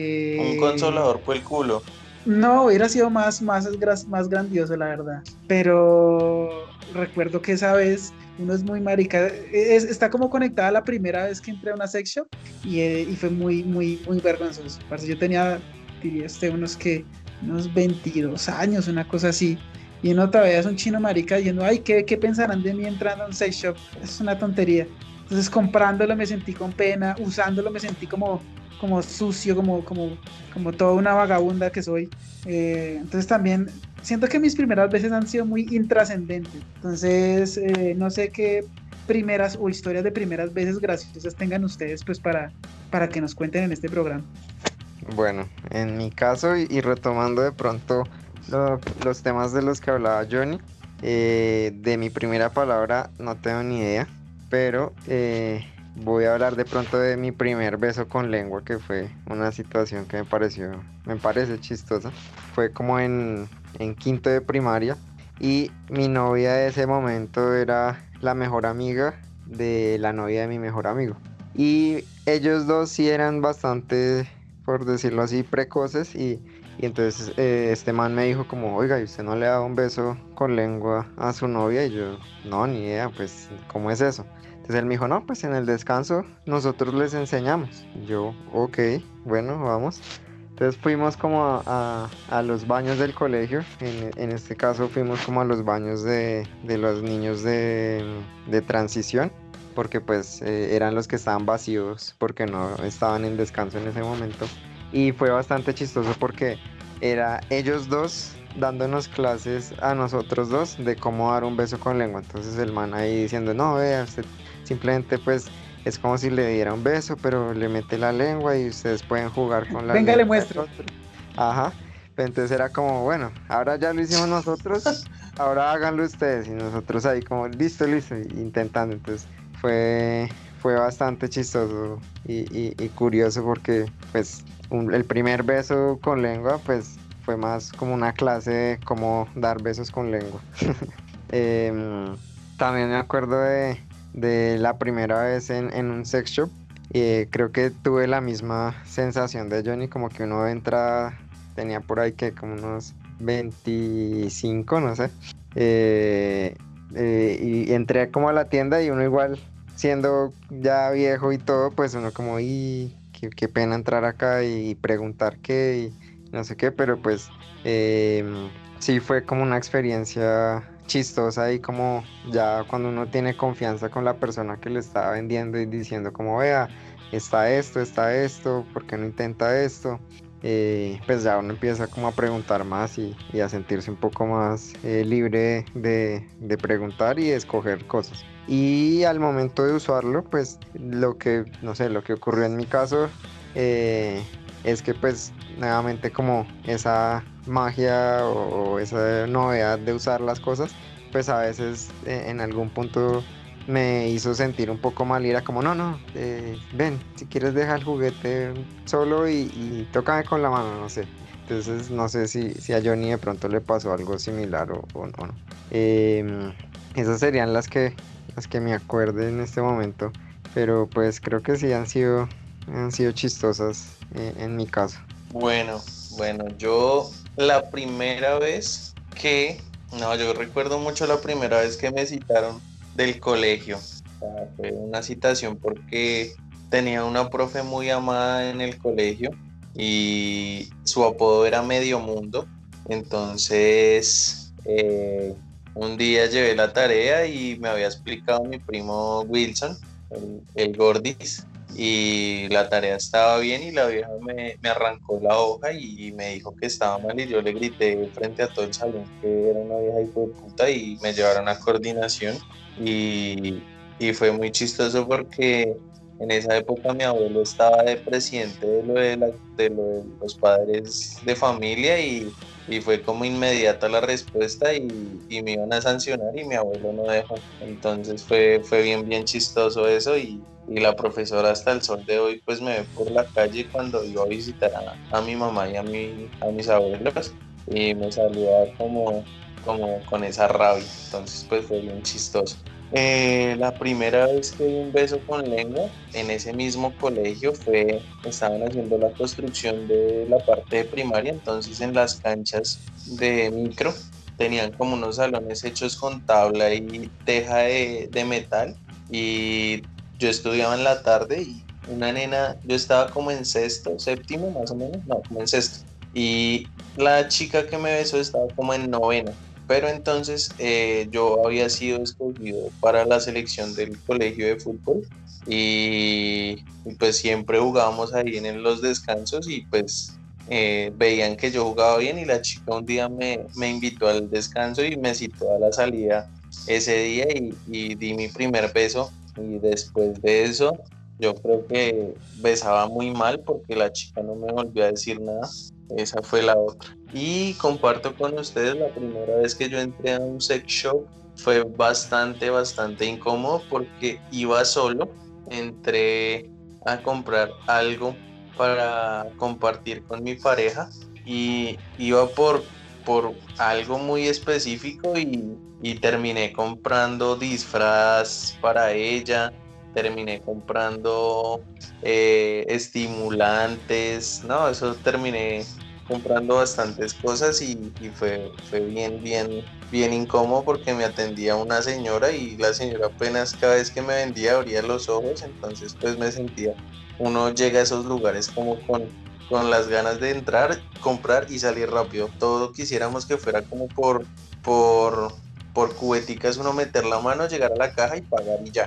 Un que consolador por el culo. no hubiera sido más, más, gra- más grandioso, la verdad. Pero recuerdo que esa vez uno es muy marica. Es- está como conectada la primera vez que entré a una sex shop y, eh, y fue muy, muy, muy vergonzoso. Parce, yo tenía, diría usted, unos que, unos veintidós años, una cosa así. Y uno todavía es un chino marica diciendo, ay, ¿qué, qué pensarán de mí entrando a un sex shop? Es una tontería. Entonces comprándolo me sentí con pena, usándolo me sentí como, como sucio, como, como, como toda una vagabunda que soy. Eh, entonces también siento que mis primeras veces han sido muy intrascendentes. Entonces, eh, no sé qué primeras o historias de primeras veces graciosas tengan ustedes pues para, para que nos cuenten en este programa. bueno, en mi caso y, y retomando de pronto lo- los temas de los que hablaba Johnny, eh, de mi primera palabra no tengo ni idea, pero eh, voy a hablar de pronto de mi primer beso con lengua, que fue una situación que me pareció, me parece chistosa. Fue como en, en quinto de primaria y mi novia de ese momento era la mejor amiga de la novia de mi mejor amigo. Y ellos dos sí eran bastante, por decirlo así, precoces y, y entonces eh, este man me dijo como, oiga, ¿y usted no le ha dado un beso con lengua a su novia? Y yo, no, ni idea, pues, ¿cómo es eso? Entonces él me dijo, no, pues en el descanso nosotros les enseñamos. Y yo, ok, bueno, vamos. Entonces fuimos como a, a- a los baños del colegio, en, en este caso fuimos como a los baños de, de los niños de, de transición, porque pues eh, eran los que estaban vacíos porque no estaban en descanso en ese momento. y fue bastante chistoso porque era ellos dos dándonos clases a nosotros dos de cómo dar un beso con lengua. Entonces el man ahí diciendo, no, vea, usted simplemente pues es como si le diera un beso, pero le mete la lengua y ustedes pueden jugar con la Venga, le lengua del muestro. otro. Ajá. Pero entonces era como, bueno, ahora ya lo hicimos nosotros, ahora háganlo ustedes. Y nosotros ahí como, listo, listo, y intentando. Entonces fue, fue bastante chistoso y, y- y curioso porque pues un- el primer beso con lengua pues fue más como una clase de cómo dar besos con lengua. Em, También me acuerdo de, de la primera vez en, en un sex shop. Eh, creo que tuve la misma sensación de Johnny, como que uno entra, tenía por ahí que como unos veinticinco, no sé. Eh, eh, y entré como a la tienda y uno igual, siendo ya viejo y todo, pues uno como, y qué, qué pena entrar acá y preguntar qué y no sé qué, pero pues em, sí fue como una experiencia chistosa y como ya cuando uno tiene confianza con la persona que le está vendiendo y diciendo como vea, está esto, está esto, ¿por qué no intenta esto? Eh, pues ya uno empieza como a preguntar más y, y a sentirse un poco más eh, libre de, de preguntar y de escoger cosas. Y al momento de usarlo, pues lo que, no sé, lo que ocurrió en mi caso eh, es que pues nuevamente como esa magia o, o esa novedad de usar las cosas, pues a veces eh, en algún punto me hizo sentir un poco mal y era como, no, no, eh, ven, si quieres deja el juguete solo y, y tócame con la mano, no sé. Entonces no sé si, si a Johnny de pronto le pasó algo similar o, o- o no. Em, Esas serían las que, las que me acuerdo en este momento, pero pues creo que sí han sido, han sido chistosas eh, en mi caso. Bueno, bueno, yo la primera vez que, no, yo recuerdo mucho la primera vez que me citaron del colegio. O sea, fue una citación porque tenía una profe muy amada en el colegio y su apodo era Medio Mundo. Entonces, eh, un día llevé la tarea y me había explicado mi primo Wilson, el, el Gordis, y la tarea estaba bien y la vieja me, me arrancó la hoja y me dijo que estaba mal y yo le grité frente a todo el salón que era una vieja hijo de puta y me llevaron a coordinación y, y fue muy chistoso porque en esa época mi abuelo estaba de presidente de lo de, la- de, lo de los padres de familia y, y fue como inmediata la respuesta y, y me iban a sancionar y mi abuelo no dejó. Entonces fue, fue bien, bien chistoso eso y, y la profesora hasta el sol de hoy pues me ve por la calle cuando iba a visitar a, a mi mamá y a, mi, a mis abuelos y me saluda como, como con esa rabia. Entonces pues fue bien chistoso. Eh, la primera vez que di un beso con lengua en ese mismo colegio fue, estaban haciendo la construcción de la parte de primaria, entonces en las canchas de micro tenían como unos salones hechos con tabla y teja de, de metal y yo estudiaba en la tarde y una nena, yo estaba como en sexto, séptimo más o menos, no, como en sexto y la chica que me besó estaba como en noveno. Pero entonces eh, yo había sido escogido para la selección del colegio de fútbol y, y pues siempre jugábamos ahí en los descansos y pues eh, veían que yo jugaba bien y la chica un día me, me invitó al descanso y me citó a la salida ese día y, y di mi primer beso y después de eso yo creo que besaba muy mal porque la chica no me volvió a decir nada. Esa fue la otra. Y comparto con ustedes la primera vez que yo entré a un sex shop fue bastante, bastante incómodo porque iba solo, entré a comprar algo para compartir con mi pareja y iba por, por algo muy específico y, y terminé comprando disfraz para ella, terminé comprando eh, estimulantes, no, eso terminé comprando bastantes cosas y, y fue, fue bien, bien, bien incómodo porque me atendía una señora y la señora apenas cada vez que me vendía abría los ojos, entonces pues me sentía, uno llega a esos lugares como con, con las ganas de entrar, comprar y salir rápido. Todo quisiéramos que fuera como por, por, por cubeticas, uno meter la mano, llegar a la caja y pagar y ya.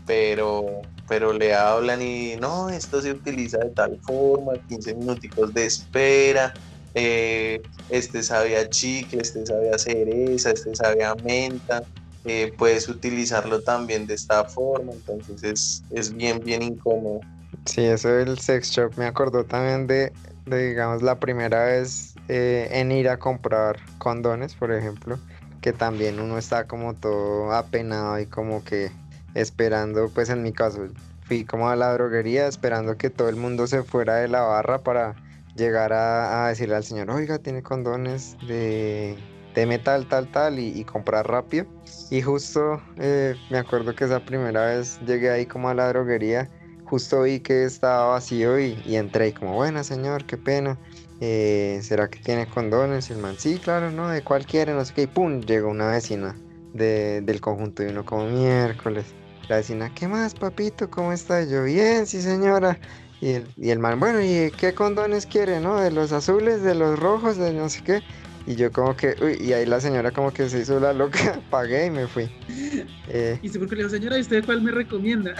pero, pero le hablan y no, esto se utiliza de tal forma, quince minuticos de espera, eh, este sabe a chicle, este sabe a cereza, este sabe a menta, eh, puedes utilizarlo también de esta forma, entonces es, es bien, bien incómodo. Sí, eso del sex shop me acordó también de, de digamos, la primera vez eh, en ir a comprar condones, por ejemplo, que también uno está como todo apenado y como que esperando, pues en mi caso, fui como a la droguería esperando que todo el mundo se fuera de la barra para llegar a, a decirle al señor, oiga, tiene condones de, de metal, tal, tal, y, y comprar rápido. Y justo eh, me acuerdo que esa primera vez llegué ahí como a la droguería, justo vi que estaba vacío y, y entré y como, buena señor, qué pena, eh, ¿será que tiene condones? Y el man, sí, claro, no, ¿de cuál quiere? No sé qué, y pum, llegó una vecina de, del conjunto y uno como miércoles. La vecina, ¿qué más, papito? ¿Cómo está? Y yo, bien, sí, señora. Y el, y el man, bueno, ¿y qué condones quiere, no? ¿De los azules, de los rojos, de no sé qué? Y yo como que, uy, y ahí la señora como que se hizo la loca, pagué y me fui. Eh, Y siempre le digo, señora, ¿y usted cuál me recomienda?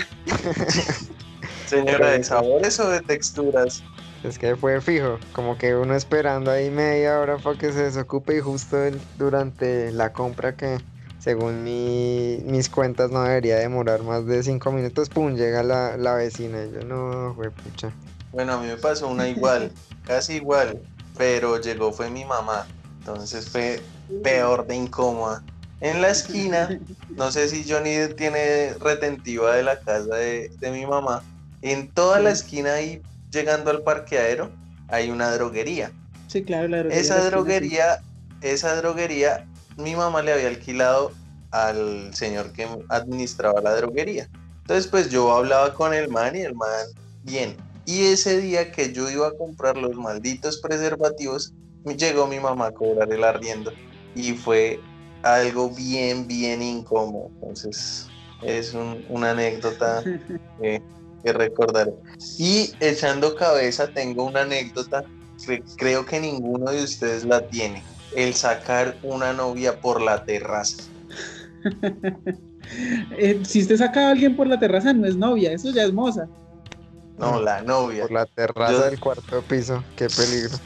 Señora, ¿de sabores o de texturas? Es que fue fijo, como que uno esperando ahí media hora para que se desocupe y justo el- durante la compra que según mi, mis cuentas no debería demorar más de cinco minutos, pum, llega la, la vecina y yo no, fue pucha. Bueno, a mí me pasó una igual, casi igual, pero llegó fue mi mamá, entonces fue peor de incómoda. En la esquina, no sé si Johnny tiene retentiva de la casa de, de mi mamá, en toda la esquina ahí, llegando al parqueadero, hay una droguería. Sí, claro, la droguería. Esa droguería, esa droguería, mi mamá le había alquilado al señor que administraba la droguería. Entonces, pues yo hablaba con el man y el man, bien. Y ese día que yo iba a comprar los malditos preservativos, llegó mi mamá a cobrar el arriendo. Y fue algo bien, bien incómodo. Entonces, es un, una anécdota que, que recordaré. Y echando cabeza, tengo una anécdota que creo que ninguno de ustedes la tiene. El sacar una novia por la terraza. eh, si usted saca a alguien por la terraza, no es novia, eso ya es moza. No, la novia. Por la terraza Yo- del cuarto piso, qué peligro.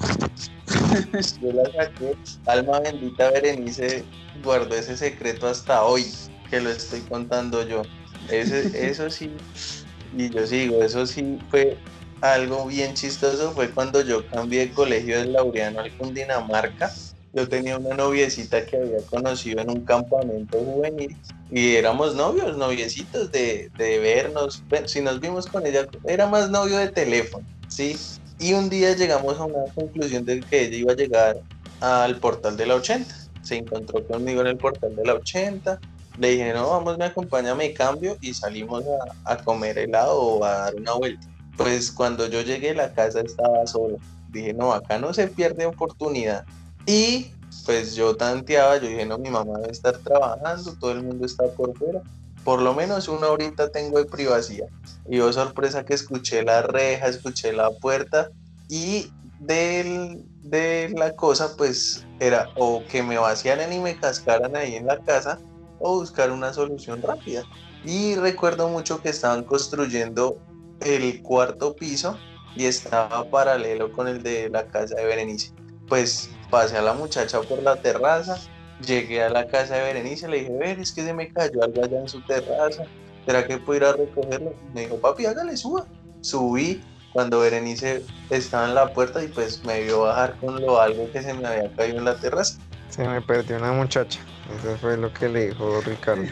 Yo la saqué, alma bendita Berenice guardó ese secreto hasta hoy, que lo estoy contando yo. Ese, eso sí, y yo sigo, eso sí fue algo bien chistoso, fue cuando yo cambié de colegio del Laureano al Cundinamarca. Yo tenía una noviecita que había conocido en un campamento juvenil y éramos novios, noviecitos de, de vernos. Bueno, si nos vimos con ella, era más novio de teléfono, ¿sí? Y un día llegamos a una conclusión de que ella iba a llegar al portal de la ochenta. Se encontró conmigo en el portal de la ochenta. Le dije, no, vamos, me acompaña, me cambio y salimos a, a comer helado o a dar una vuelta. Pues cuando yo llegué, la casa estaba sola. Dije, no, acá no se pierde oportunidad. Y pues yo tanteaba, yo dije, no, mi mamá debe estar trabajando, todo el mundo está por fuera. Por lo menos una horita tengo de privacidad. Y yo sorpresa que escuché la reja, escuché la puerta y del, de la cosa pues era o que me vaciaran y me cascaran ahí en la casa o buscar una solución rápida. Y recuerdo mucho que estaban construyendo el cuarto piso y estaba paralelo con el de la casa de Berenice. Pues pasé a la muchacha por la terraza, llegué a la casa de Berenice, le dije, ver, es que se me cayó algo allá en su terraza, ¿será que puedo ir a recogerlo? Me dijo, papi, hágale, suba. Subí cuando Berenice estaba en la puerta y pues me vio bajar con lo algo que se me había caído en la terraza. Se me perdió una muchacha. Eso fue lo que le dijo Ricardo.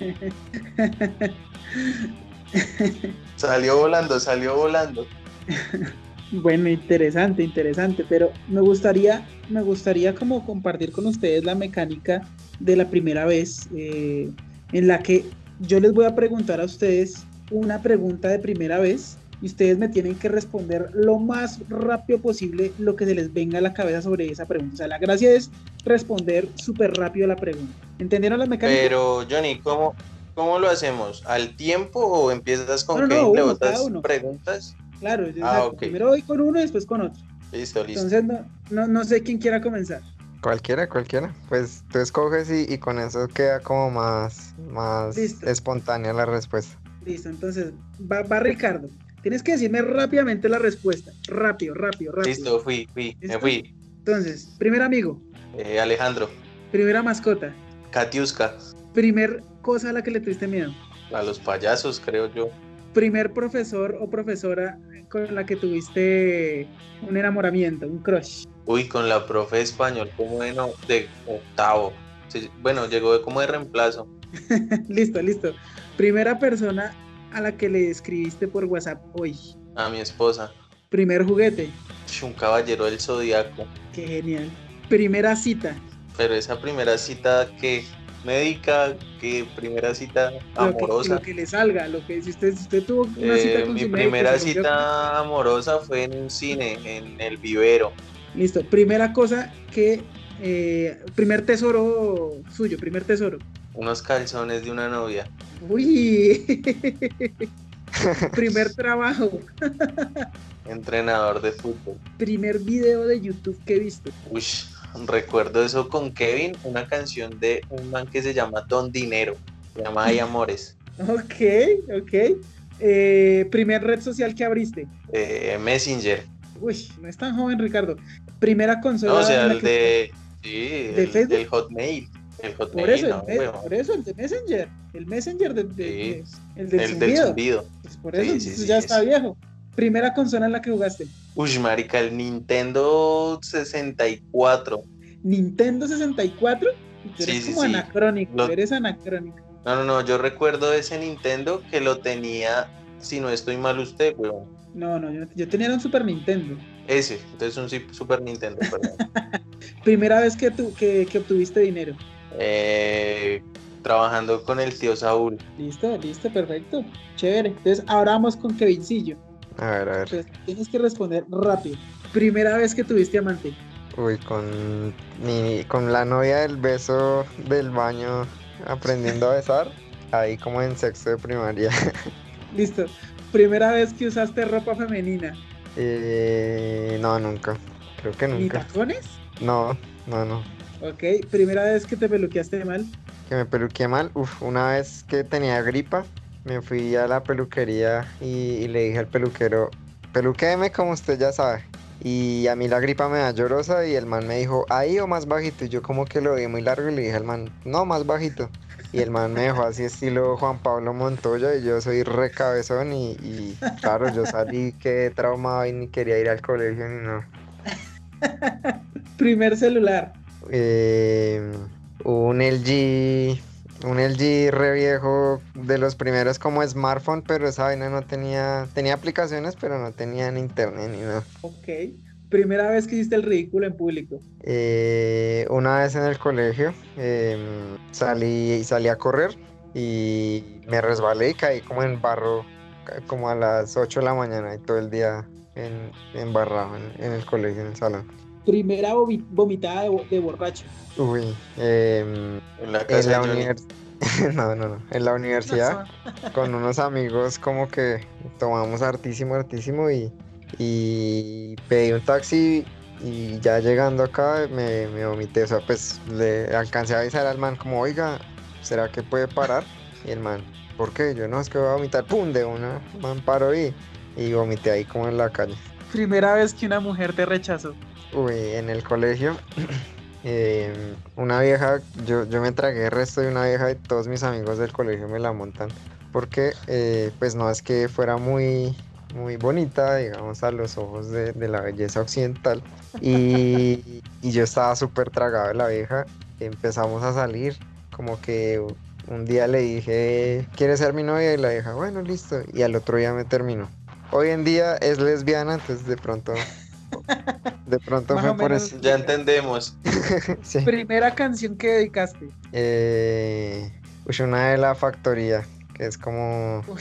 Salió volando, salió volando. Bueno, interesante, interesante, pero me gustaría, me gustaría como compartir con ustedes la mecánica de la primera vez, eh, en la que yo les voy a preguntar a ustedes una pregunta de primera vez y ustedes me tienen que responder lo más rápido posible lo que se les venga a la cabeza sobre esa pregunta. O sea, la gracia es responder súper rápido la pregunta. ¿Entendieron la mecánica? Pero, Johnny, ¿cómo, cómo lo hacemos? ¿Al tiempo o empiezas con No, no, que no, le uno, botas cada uno. preguntas? Claro, Ah, exacto. ok. Primero voy con uno y después con otro. Listo, listo. Entonces, no, no, no sé quién quiera comenzar. Cualquiera, cualquiera. Pues tú escoges y, y con eso queda como más, más Listo. espontánea la respuesta. Listo, entonces va, va Ricardo. Tienes que decirme rápidamente la respuesta. Rápido, rápido, rápido. Listo, fui, fui, me ¿Listo? fui. Entonces, primer amigo, Eh, Alejandro, primera mascota, Katiuska, primer cosa a la que le tuviste miedo, a los payasos, creo yo. primer profesor o profesora con la que tuviste un enamoramiento, un crush. Uy, con la profe de español como de, no, de octavo. Sí, bueno, llegó de- como de reemplazo. Listo, listo. Primera persona a la que le escribiste por WhatsApp hoy. A mi esposa. Primer juguete. Sh, Un caballero del zodiaco. Qué genial. Primera cita. Pero esa primera cita que médica, que primera cita Lo que, amorosa. lo que le salga, lo que si usted, si usted tuvo una Eh, cita con mi su médico, primera se rompió- cita amorosa fue en un cine, en El Vivero. Listo. Primera cosa que eh, primer tesoro suyo, primer tesoro. Unos calzones de una novia. Uy. Primer trabajo. Entrenador de fútbol. Primer video de YouTube que viste. Uy, recuerdo eso con Kevin, una canción de un man que se llama Don Dinero. Se llama Hay Amores. Ok, ok. Eh, primer red social que abriste. Eh, Messenger. Uy, no es tan joven, Ricardo. Primera consola. No, o sea, en la el que- de. Sí, ¿De el, Facebook? el Hotmail. El Hotmail, Por eso, no, el, me- weón. por eso, el de Messenger. El Messenger de, de- de- el del El del zumbido. zumbido. Pues por eso, Sí, sí, entonces sí, ya sí. está viejo. Primera consola en la que jugaste. Uy, marica, el Nintendo sesenta y cuatro. Nintendo sesenta y cuatro. Tú eres Sí, sí, como sí. anacrónico, Lo- eres anacrónico. No, no, no, yo recuerdo ese Nintendo que lo tenía, si no estoy mal usted, weón. No, no, yo, yo tenía un Super Nintendo. Ese, entonces un sí- Super Nintendo, perdón. Primera vez que, tu, que, que obtuviste dinero. Eh, trabajando con el tío Saúl. Listo, listo, perfecto. Chévere. Entonces, ahora vamos con Kevincillo. A ver, a ver. Entonces, tienes que responder rápido. Primera vez que tuviste amante. Uy, con mi, con la novia del beso del baño aprendiendo a besar, ahí como en sexto de primaria. Listo. Primera vez que usaste ropa femenina. Eh, no, nunca. Creo que ¿Ni nunca. tacones? No, no, no. Ok. Primera vez que te peluqueaste mal. Que me peluqué mal. Uf, una vez que tenía gripa, me fui a la peluquería y, y le dije al peluquero, peluquéeme como usted ya sabe. Y a mí la gripa me da llorosa y el man me dijo, ahí o más bajito. Y yo como que lo vi muy largo y le dije al man, no, más bajito. Y el man me dejó así estilo Juan Pablo Montoya y yo soy re cabezón y, y claro, yo salí que traumado y ni quería ir al colegio ni nada. Primer celular. Eh, un L G, un L G re viejo de los primeros como smartphone, pero esa vaina no tenía, tenía aplicaciones, pero no tenía ni internet ni nada. Ok. Primera vez que hiciste el ridículo en público. Eh, una vez en el colegio eh, salí, salí a correr y me resbalé y caí como en barro, ca- como a las ocho de la mañana y todo el día en, embarrado en, en el colegio, en el salón. Primera vomi- vomitada de, bo- de borracho. Uy, em, En la en casa la de Johnny. universidad, no, no, no, en la universidad con unos amigos como que tomamos hartísimo, hartísimo y, y pedí un taxi y ya llegando acá me, me vomité, o sea, pues le alcancé a avisar al man como, oiga, ¿será que puede parar? Y el man, ¿por qué? Yo no, es que voy a vomitar, pum, de una, man paró y, y vomité ahí como en la calle. Primera vez que una mujer te rechazó. Uy, en el colegio, eh, una vieja, yo, yo me tragué el resto de una vieja y todos mis amigos del colegio me la montan. Porque, eh, pues no es que fuera muy, muy bonita, digamos, a los ojos de, de la belleza occidental. Y, y yo estaba súper tragado de la vieja. Empezamos a salir, como que un día le dije, ¿quieres ser mi novia? Y la vieja, bueno, listo. Y al otro día me terminó. Hoy en día es lesbiana, entonces de pronto... De pronto Más fue o por menos. eso. Ya entendemos. Sí. Primera canción que dedicaste. Eh, uy, una de La Factoría, que es como Uy.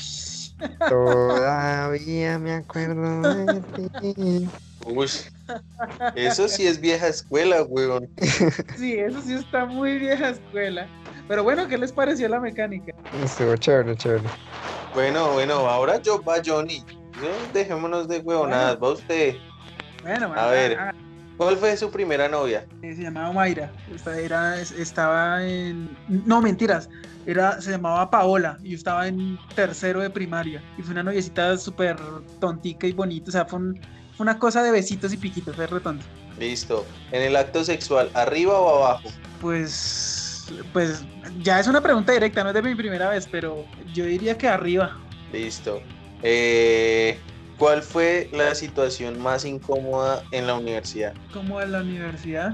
todavía me acuerdo de ti. Uy, eso sí es vieja escuela, weón. Sí, eso sí está muy vieja escuela. Pero bueno, ¿qué les pareció la mecánica? Estuvo chévere, chévere. Bueno, bueno, ahora yo va Johnny. Yo, dejémonos de huevonadas, va usted. Bueno, A ver. ah, ¿Cuál fue su primera novia? Eh, se llamaba Mayra. Esta era, es- estaba en. No, mentiras. Era, se llamaba Paola. Y yo estaba en tercero de primaria. Y fue una noviecita súper tontica y bonita. O sea, fue, un- fue una cosa de besitos y piquitos. Fue retonto. Listo. En el acto sexual, ¿arriba o abajo? Pues. Pues ya es una pregunta directa, no es de mi primera vez, pero yo diría que arriba. Listo. Eh, ¿cuál fue la situación más incómoda en la universidad? Como en la universidad.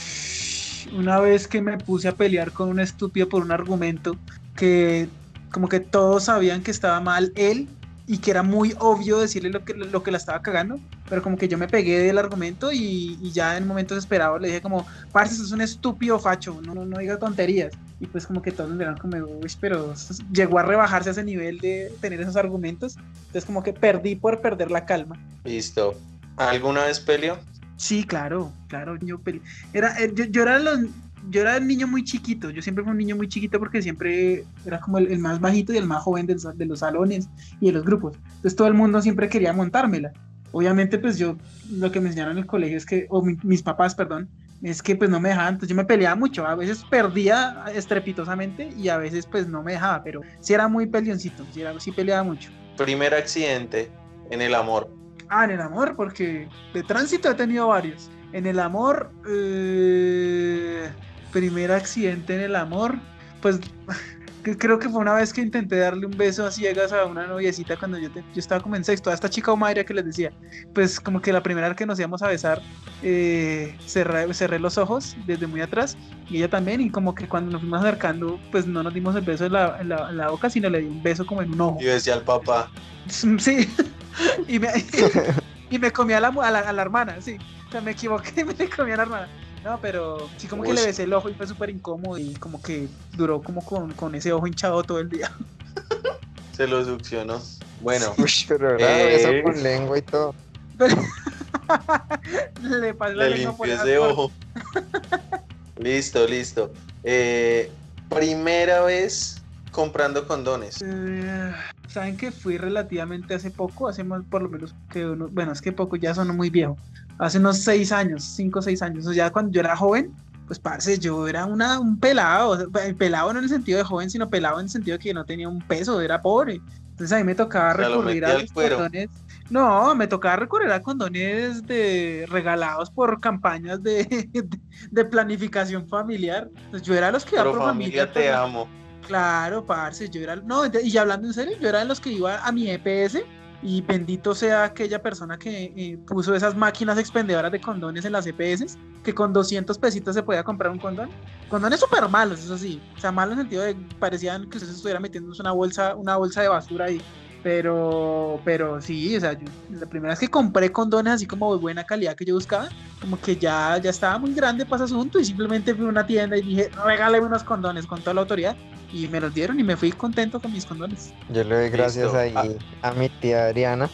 Una vez que me puse a pelear con un estúpido por un argumento que como que todos sabían que estaba mal él y que era muy obvio decirle lo que, lo que la estaba cagando, pero como que yo me pegué del argumento y, y ya en momentos esperados le dije como, parce, eso es un estúpido facho, no, no, no diga tonterías. Y pues como que todos me miraron como, uy, pero llegó a rebajarse a ese nivel de tener esos argumentos. Entonces como que perdí por perder la calma. Listo. ¿Alguna vez peleó? Sí, claro, claro, yo pele- era, eh, yo, yo era los, yo era el niño muy chiquito, yo siempre fui un niño muy chiquito porque siempre era como el, el más bajito y el más joven del sa- de los salones y de los grupos. Entonces todo el mundo siempre quería montármela. Obviamente, pues yo, lo que me enseñaron en el colegio es que, o mi- mis papás, perdón, es que pues no me dejaban, entonces yo me peleaba mucho, a veces perdía estrepitosamente y a veces pues no me dejaba, pero sí era muy peleoncito, sí, era, sí peleaba mucho. Primer accidente en el amor. Ah, en el amor, porque de tránsito he tenido varios. En el amor, eh, primer accidente en el amor, pues que- creo que fue una vez que intenté darle un beso a ciegas a una noviecita cuando yo, te- yo estaba como en sexto, a esta chica Omaira que les decía, pues como que la primera vez que nos íbamos a besar, eh, cerré, cerré los ojos desde muy atrás y ella también, y como que cuando nos fuimos acercando, pues no nos dimos el beso en la, en la, en la boca, sino le di un beso como en un ojo. Y decía al papá. Sí, y me, y me comí a la, mu- a la, a la hermana, sí. O sea, me equivoqué y me le comí a la hermana. No, pero sí como que Uy. le besé el ojo y fue súper incómodo y como que duró como con, con ese ojo hinchado todo el día. Se lo succionó. Bueno, Uy, pero era Eh. eso con lengua y todo. Pero- le pasé la le lengua por limpió esas ese partes. ojo. Listo, listo. Eh, primera vez comprando condones. Eh, Saben que fui relativamente hace poco, hace más por lo menos que uno, bueno, es que poco, ya sonó muy viejo, hace unos seis años, cinco o seis años, o sea, ya cuando yo era joven, pues parce, yo era una, un pelado, o sea, pelado no en el sentido de joven, sino pelado en el sentido de que no tenía un peso, era pobre, entonces a mí me tocaba O sea, lo recurrir metí a al los cuero. condones, no, me tocaba recurrir a condones de, regalados por campañas de, de, de planificación familiar, entonces yo era los que iba Pero por familia, familia, te pues, amo. claro, parce, yo era, no, ent- y ya hablando en serio, yo era de los que iba a mi E P S y bendito sea aquella persona que eh, puso esas máquinas expendedoras de condones en las E P S, que con doscientos pesitos se podía comprar un condón. Condones súper malos, eso sí, o sea, malos en el sentido de parecían que usted se estuviera metiéndose una bolsa, una bolsa de basura ahí. Pero, pero sí, o sea, yo, la primera vez que compré condones así como de buena calidad que yo buscaba, como que ya, ya estaba muy grande para ese asunto y simplemente fui a una tienda y dije, regáleme unos condones con toda la autoridad y me los dieron y me fui contento con mis condones. Yo le doy gracias Listo. ahí a mi tía Adriana,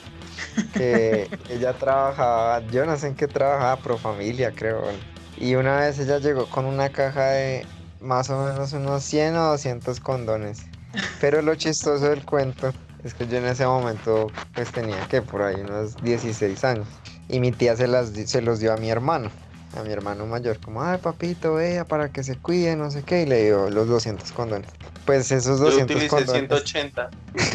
que ella trabajaba, yo no sé en qué trabajaba, Pro Familia creo. Y una vez ella llegó con una caja de más o menos unos cien o doscientos condones. Pero lo chistoso del cuento es que yo en ese momento pues tenía que por ahí unos dieciséis años. Y mi tía se, las, di- se los dio a mi hermano, a mi hermano mayor, como, ay papito, vea, para que se cuide, no sé qué, y le dio los doscientos condones. Pues esos Yo doscientos utilicé condones, ciento ochenta.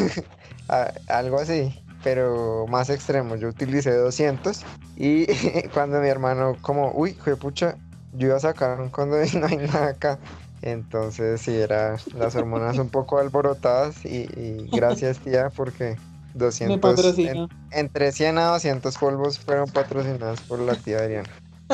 a- algo así, pero más extremo, yo utilicé doscientos y cuando mi hermano como, uy, pucha, yo iba a sacar un condón y no hay nada acá. Entonces sí, era las hormonas un poco alborotadas y, y gracias tía porque Me doscientos, patrocina. en- entre cien a doscientos polvos fueron patrocinados por la tía Adriana.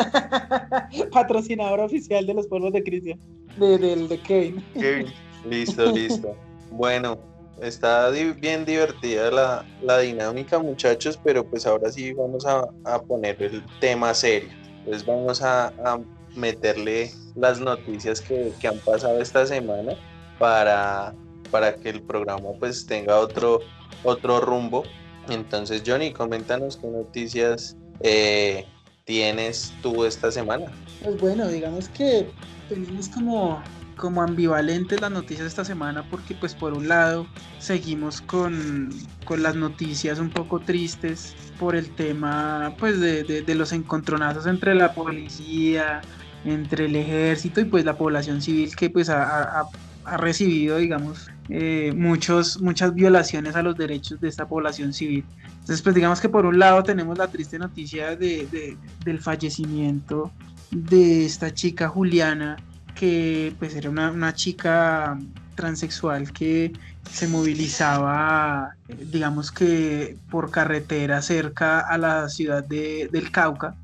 Patrocinador oficial de los polvos de Cristian, de, del de Kevin. Kevin. Listo, listo. Bueno, está di- bien divertida la, la dinámica, muchachos, pero pues ahora sí vamos a, a poner el tema serio. Entonces vamos a, a meterle las noticias que, que han pasado esta semana para, para que el programa pues tenga otro, otro rumbo. Entonces, Johnny, coméntanos qué noticias eh, tienes tú esta semana. Pues bueno, digamos que tenemos como como ambivalentes las noticias esta semana, porque pues por un lado seguimos con, con las noticias un poco tristes por el tema pues de, de, de los encontronazos entre la policía, entre el ejército y pues la población civil, que pues ha, ha, ha recibido, digamos, eh, muchos, muchas violaciones a los derechos de esta población civil. Entonces pues digamos que por un lado tenemos la triste noticia de, de, del fallecimiento de esta chica Juliana, que pues era una, una chica transexual que se movilizaba, digamos que por carretera cerca a la ciudad de, del Cauca,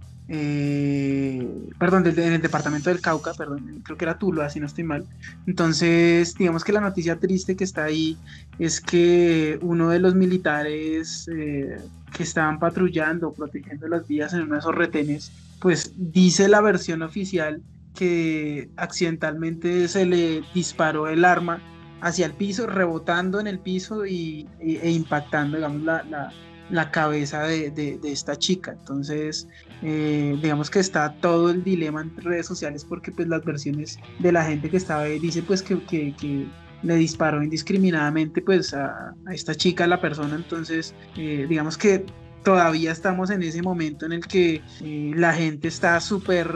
eh, perdón, del, en el departamento del Cauca, perdón, creo que era Tuluá, si no estoy mal. Entonces, digamos que la noticia triste que está ahí es que uno de los militares eh, que estaban patrullando, protegiendo las vías en uno de esos retenes, pues dice la versión oficial que accidentalmente se le disparó el arma hacia el piso, rebotando en el piso y, e, e impactando, digamos, la, la, la cabeza de, de, de esta chica. Entonces, eh, digamos que está todo el dilema en redes sociales, porque pues las versiones de la gente que estaba ahí dice pues que, que, que le disparó indiscriminadamente pues a, a esta chica, a la persona. Entonces, eh, digamos que todavía estamos en ese momento en el que eh, la gente está súper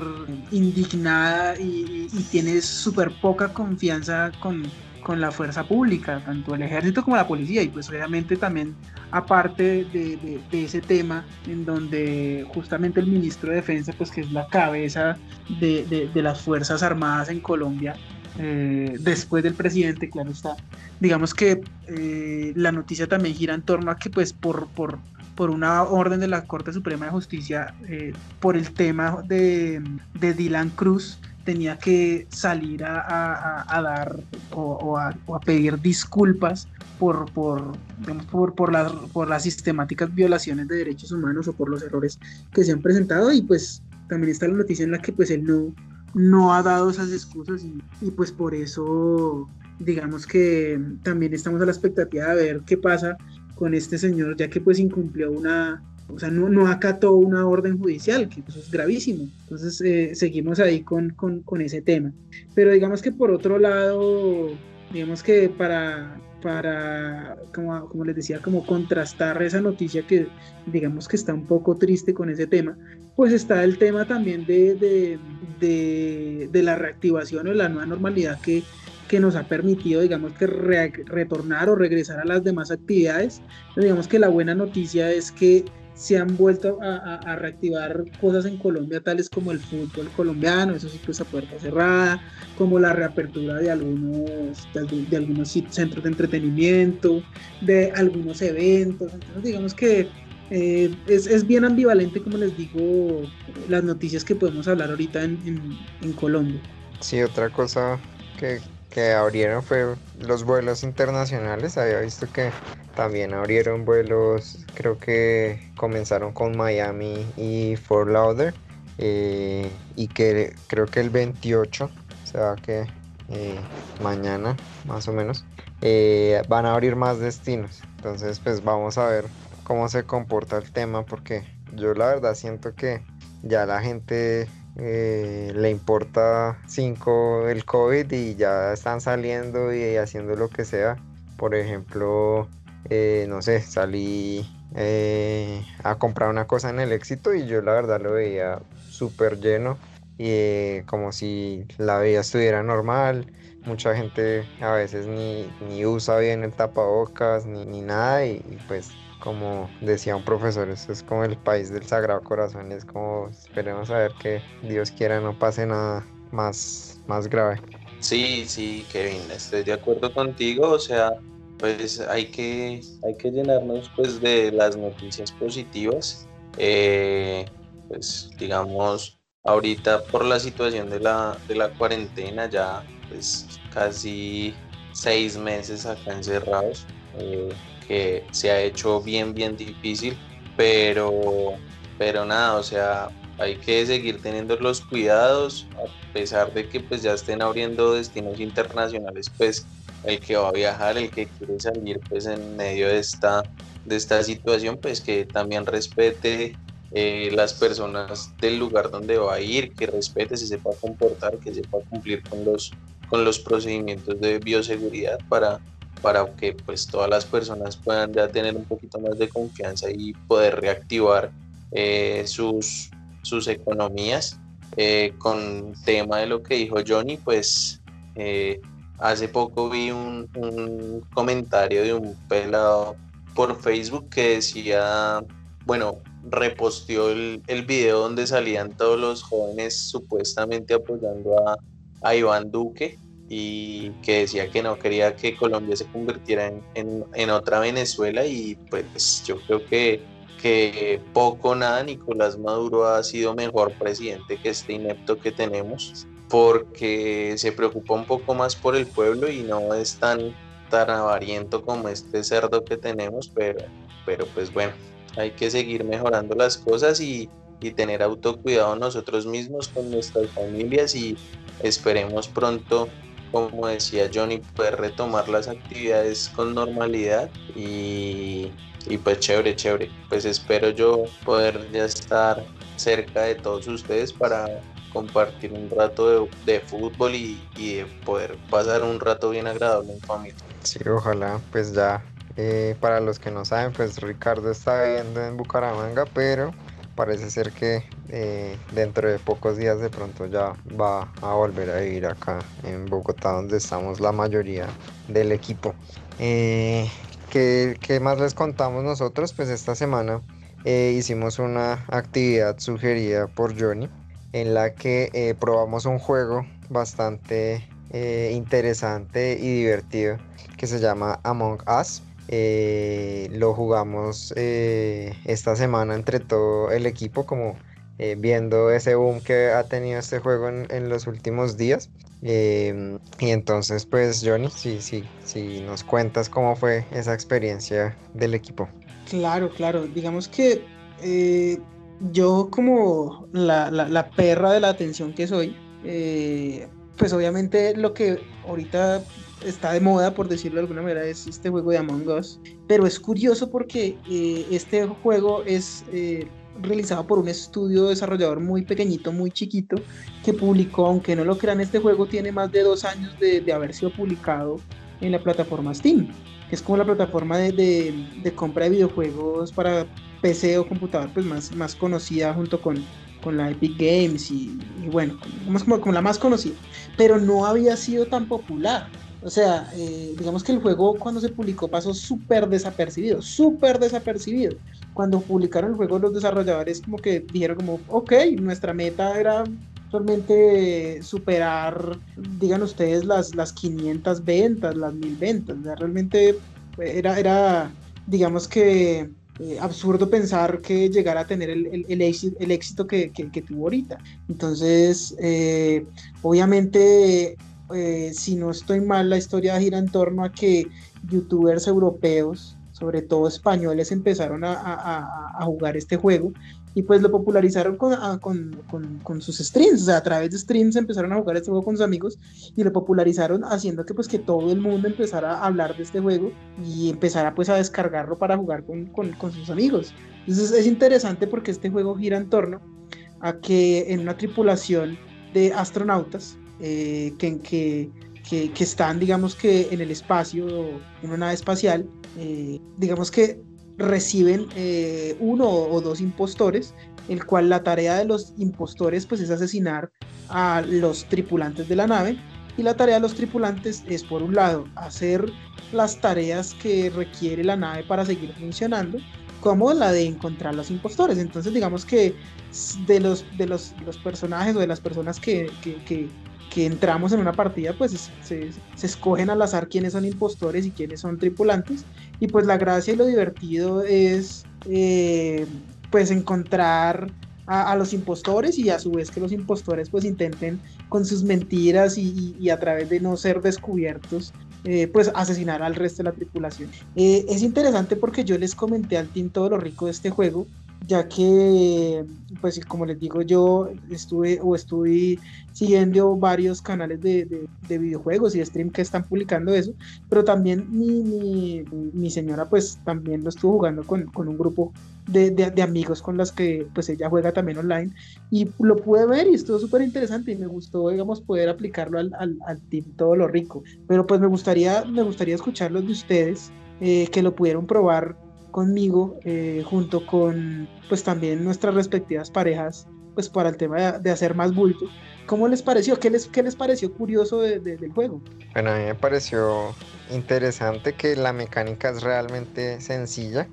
indignada y, y, y tiene súper poca confianza con, con la fuerza pública, tanto el ejército como la policía. Y pues obviamente también aparte de, de, de ese tema en donde justamente el ministro de Defensa, pues que es la cabeza de, de, de las Fuerzas Armadas en Colombia, Eh, después del presidente, claro está, digamos que eh, la noticia también gira en torno a que pues por, por, por una orden de la Corte Suprema de Justicia, eh, por el tema de, de Dylan Cruz, tenía que salir a, a, a dar o, o, a, o a pedir disculpas por, por, digamos, por, por, las, por las sistemáticas violaciones de derechos humanos o por los errores que se han presentado. Y pues también está la noticia en la que pues él no no ha dado esas excusas y, y pues por eso digamos que también estamos a la expectativa de ver qué pasa con este señor, ya que pues incumplió una, o sea, no, no acató una orden judicial, que eso es gravísimo. Entonces eh, seguimos ahí con, con, con ese tema. Pero digamos que por otro lado, digamos que para, para como, como les decía, como contrastar esa noticia que digamos que está un poco triste con ese tema, pues está el tema también de, de, de, de la reactivación o la nueva normalidad que, que nos ha permitido, digamos, que re, retornar o regresar a las demás actividades. Entonces, digamos que la buena noticia es que se han vuelto a, a, a reactivar cosas en Colombia, tales como el fútbol colombiano, eso sí, pues a puerta cerrada, como la reapertura de algunos, de, de algunos centros de entretenimiento, de algunos eventos. Entonces, digamos que Eh, es, es bien ambivalente, como les digo, las noticias que podemos hablar ahorita en, en, en Colombia. Sí, otra cosa que, que abrieron fue los vuelos internacionales. Había visto que también abrieron vuelos, creo que comenzaron con Miami y Fort Lauderdale, eh, y que creo que el veintiocho, o sea que eh, mañana más o menos, eh, van a abrir más destinos. Entonces pues vamos a ver cómo se comporta el tema, porque yo la verdad siento que ya la gente eh, le importa cinco el COVID y ya están saliendo y haciendo lo que sea. Por ejemplo, eh, no sé, salí eh, a comprar una cosa en el Éxito y yo la verdad lo veía súper lleno y eh, como si la vida estuviera normal. Mucha gente a veces ni, ni usa bien el tapabocas ni, ni nada y, y pues como decía un profesor, esto es como el país del Sagrado Corazón, es como esperemos a ver que Dios quiera no pase nada más, más grave. Sí, sí, Kevin, estoy de acuerdo contigo, o sea, pues hay que, hay que llenarnos pues de las noticias positivas, eh, pues digamos, ahorita por la situación de la, de la cuarentena ya pues casi seis meses acá encerrados, eh, que se ha hecho bien, bien difícil, pero, pero nada, o sea, hay que seguir teniendo los cuidados, a pesar de que pues ya estén abriendo destinos internacionales, pues el que va a viajar, el que quiere salir pues en medio de esta, de esta situación, pues que también respete eh, las personas del lugar donde va a ir, que respete, se sepa comportar, que sepa cumplir con los, con los procedimientos de bioseguridad para, para que pues todas las personas puedan ya tener un poquito más de confianza y poder reactivar eh, sus, sus economías. Eh, con tema de lo que dijo Johnny, pues eh, hace poco vi un, un comentario de un pelado por Facebook que decía, bueno, reposteó el, el video donde salían todos los jóvenes supuestamente apoyando a, a Iván Duque, y que decía que no quería que Colombia se convirtiera en, en, en otra Venezuela. Y pues yo creo que, que poco o nada Nicolás Maduro ha sido mejor presidente que este inepto que tenemos, porque se preocupa un poco más por el pueblo y no es tan, tan avariento como este cerdo que tenemos, pero, pero pues bueno, hay que seguir mejorando las cosas y, y tener autocuidado nosotros mismos con nuestras familias, y esperemos pronto, como decía Johnny, poder retomar las actividades con normalidad y, y pues chévere, chévere. Pues espero yo poder ya estar cerca de todos ustedes para compartir un rato de, de fútbol y, y de poder pasar un rato bien agradable en familia. Sí, ojalá, pues ya, eh, para los que no saben, pues Ricardo está viviendo en Bucaramanga, pero parece ser que eh, dentro de pocos días de pronto ya va a volver a vivir acá en Bogotá, donde estamos la mayoría del equipo. Eh, ¿qué, qué más les contamos nosotros? Pues esta semana eh, hicimos una actividad sugerida por Johnny, en la que eh, probamos un juego bastante eh, interesante y divertido que se llama Among Us. Eh, lo jugamos eh, esta semana entre todo el equipo, como eh, viendo ese boom que ha tenido este juego en, en los últimos días. Eh, y entonces pues Johnny, si sí, sí, sí, nos cuentas cómo fue esa experiencia del equipo. Claro, claro, digamos que eh, yo como la, la, la perra de la atención que soy, eh, pues obviamente lo que ahorita está de moda, por decirlo de alguna manera, es este juego de Among Us, pero es curioso porque eh, este juego es eh, realizado por un estudio desarrollador muy pequeñito, muy chiquito, que publicó, aunque no lo crean, este juego tiene más de dos años de, de haber sido publicado en la plataforma Steam, que es como la plataforma de, de, de compra de videojuegos para P C o computador pues más, más conocida, junto con, con la Epic Games y, y bueno, como, como la más conocida, pero no había sido tan popular. O sea, eh, digamos que el juego cuando se publicó pasó súper desapercibido, súper desapercibido. Cuando publicaron el juego los desarrolladores como que dijeron como, ok, nuestra meta era solamente superar, digan ustedes, las, las quinientas ventas, las mil ventas. O sea, realmente era, era, digamos que eh, absurdo pensar que llegara a tener el, el, el éxito, el éxito que, que, que tuvo ahorita. Entonces, eh, obviamente... Eh, si no estoy mal, la historia gira en torno a que youtubers europeos, sobre todo españoles, empezaron a, a, a jugar este juego y pues lo popularizaron con, a, con, con, con sus streams. O sea, a través de streams empezaron a jugar este juego con sus amigos y lo popularizaron, haciendo que pues que todo el mundo empezara a hablar de este juego y empezara pues a descargarlo para jugar con, con, con sus amigos. Entonces es interesante porque este juego gira en torno a que en una tripulación de astronautas Eh, que, que, que, que están, digamos que en el espacio, en una nave espacial, eh, digamos que reciben eh, uno o dos impostores, el cual la tarea de los impostores pues es asesinar a los tripulantes de la nave, y la tarea de los tripulantes es, por un lado, hacer las tareas que requiere la nave para seguir funcionando, como la de encontrar los impostores. Entonces digamos que de los, de los, de los personajes o de las personas que, que, que que entramos en una partida, pues se, se escogen al azar quiénes son impostores y quiénes son tripulantes, y pues la gracia y lo divertido es eh, pues encontrar a, a los impostores, y a su vez que los impostores pues intenten con sus mentiras y, y, y a través de no ser descubiertos eh, pues asesinar al resto de la tripulación. Eh, es interesante porque yo les comenté al team todo lo rico de este juego, ya que, pues como les digo, yo estuve o estuve siguiendo varios canales de, de, de videojuegos y de stream que están publicando eso, pero también mi, mi, mi señora pues también lo estuvo jugando con, con un grupo de, de, de amigos con los que pues ella juega también online, y lo pude ver y estuvo súper interesante y me gustó, digamos, poder aplicarlo al, al, al Team Todo Lo Rico, pero pues me gustaría, me gustaría escucharlos de ustedes, eh, que lo pudieron probar conmigo, eh, junto con pues también nuestras respectivas parejas, pues para el tema de, de hacer más bulto. ¿Cómo les pareció? ¿Qué les, qué les pareció curioso de, de, del juego? Bueno, a mí me pareció interesante que la mecánica es realmente sencilla,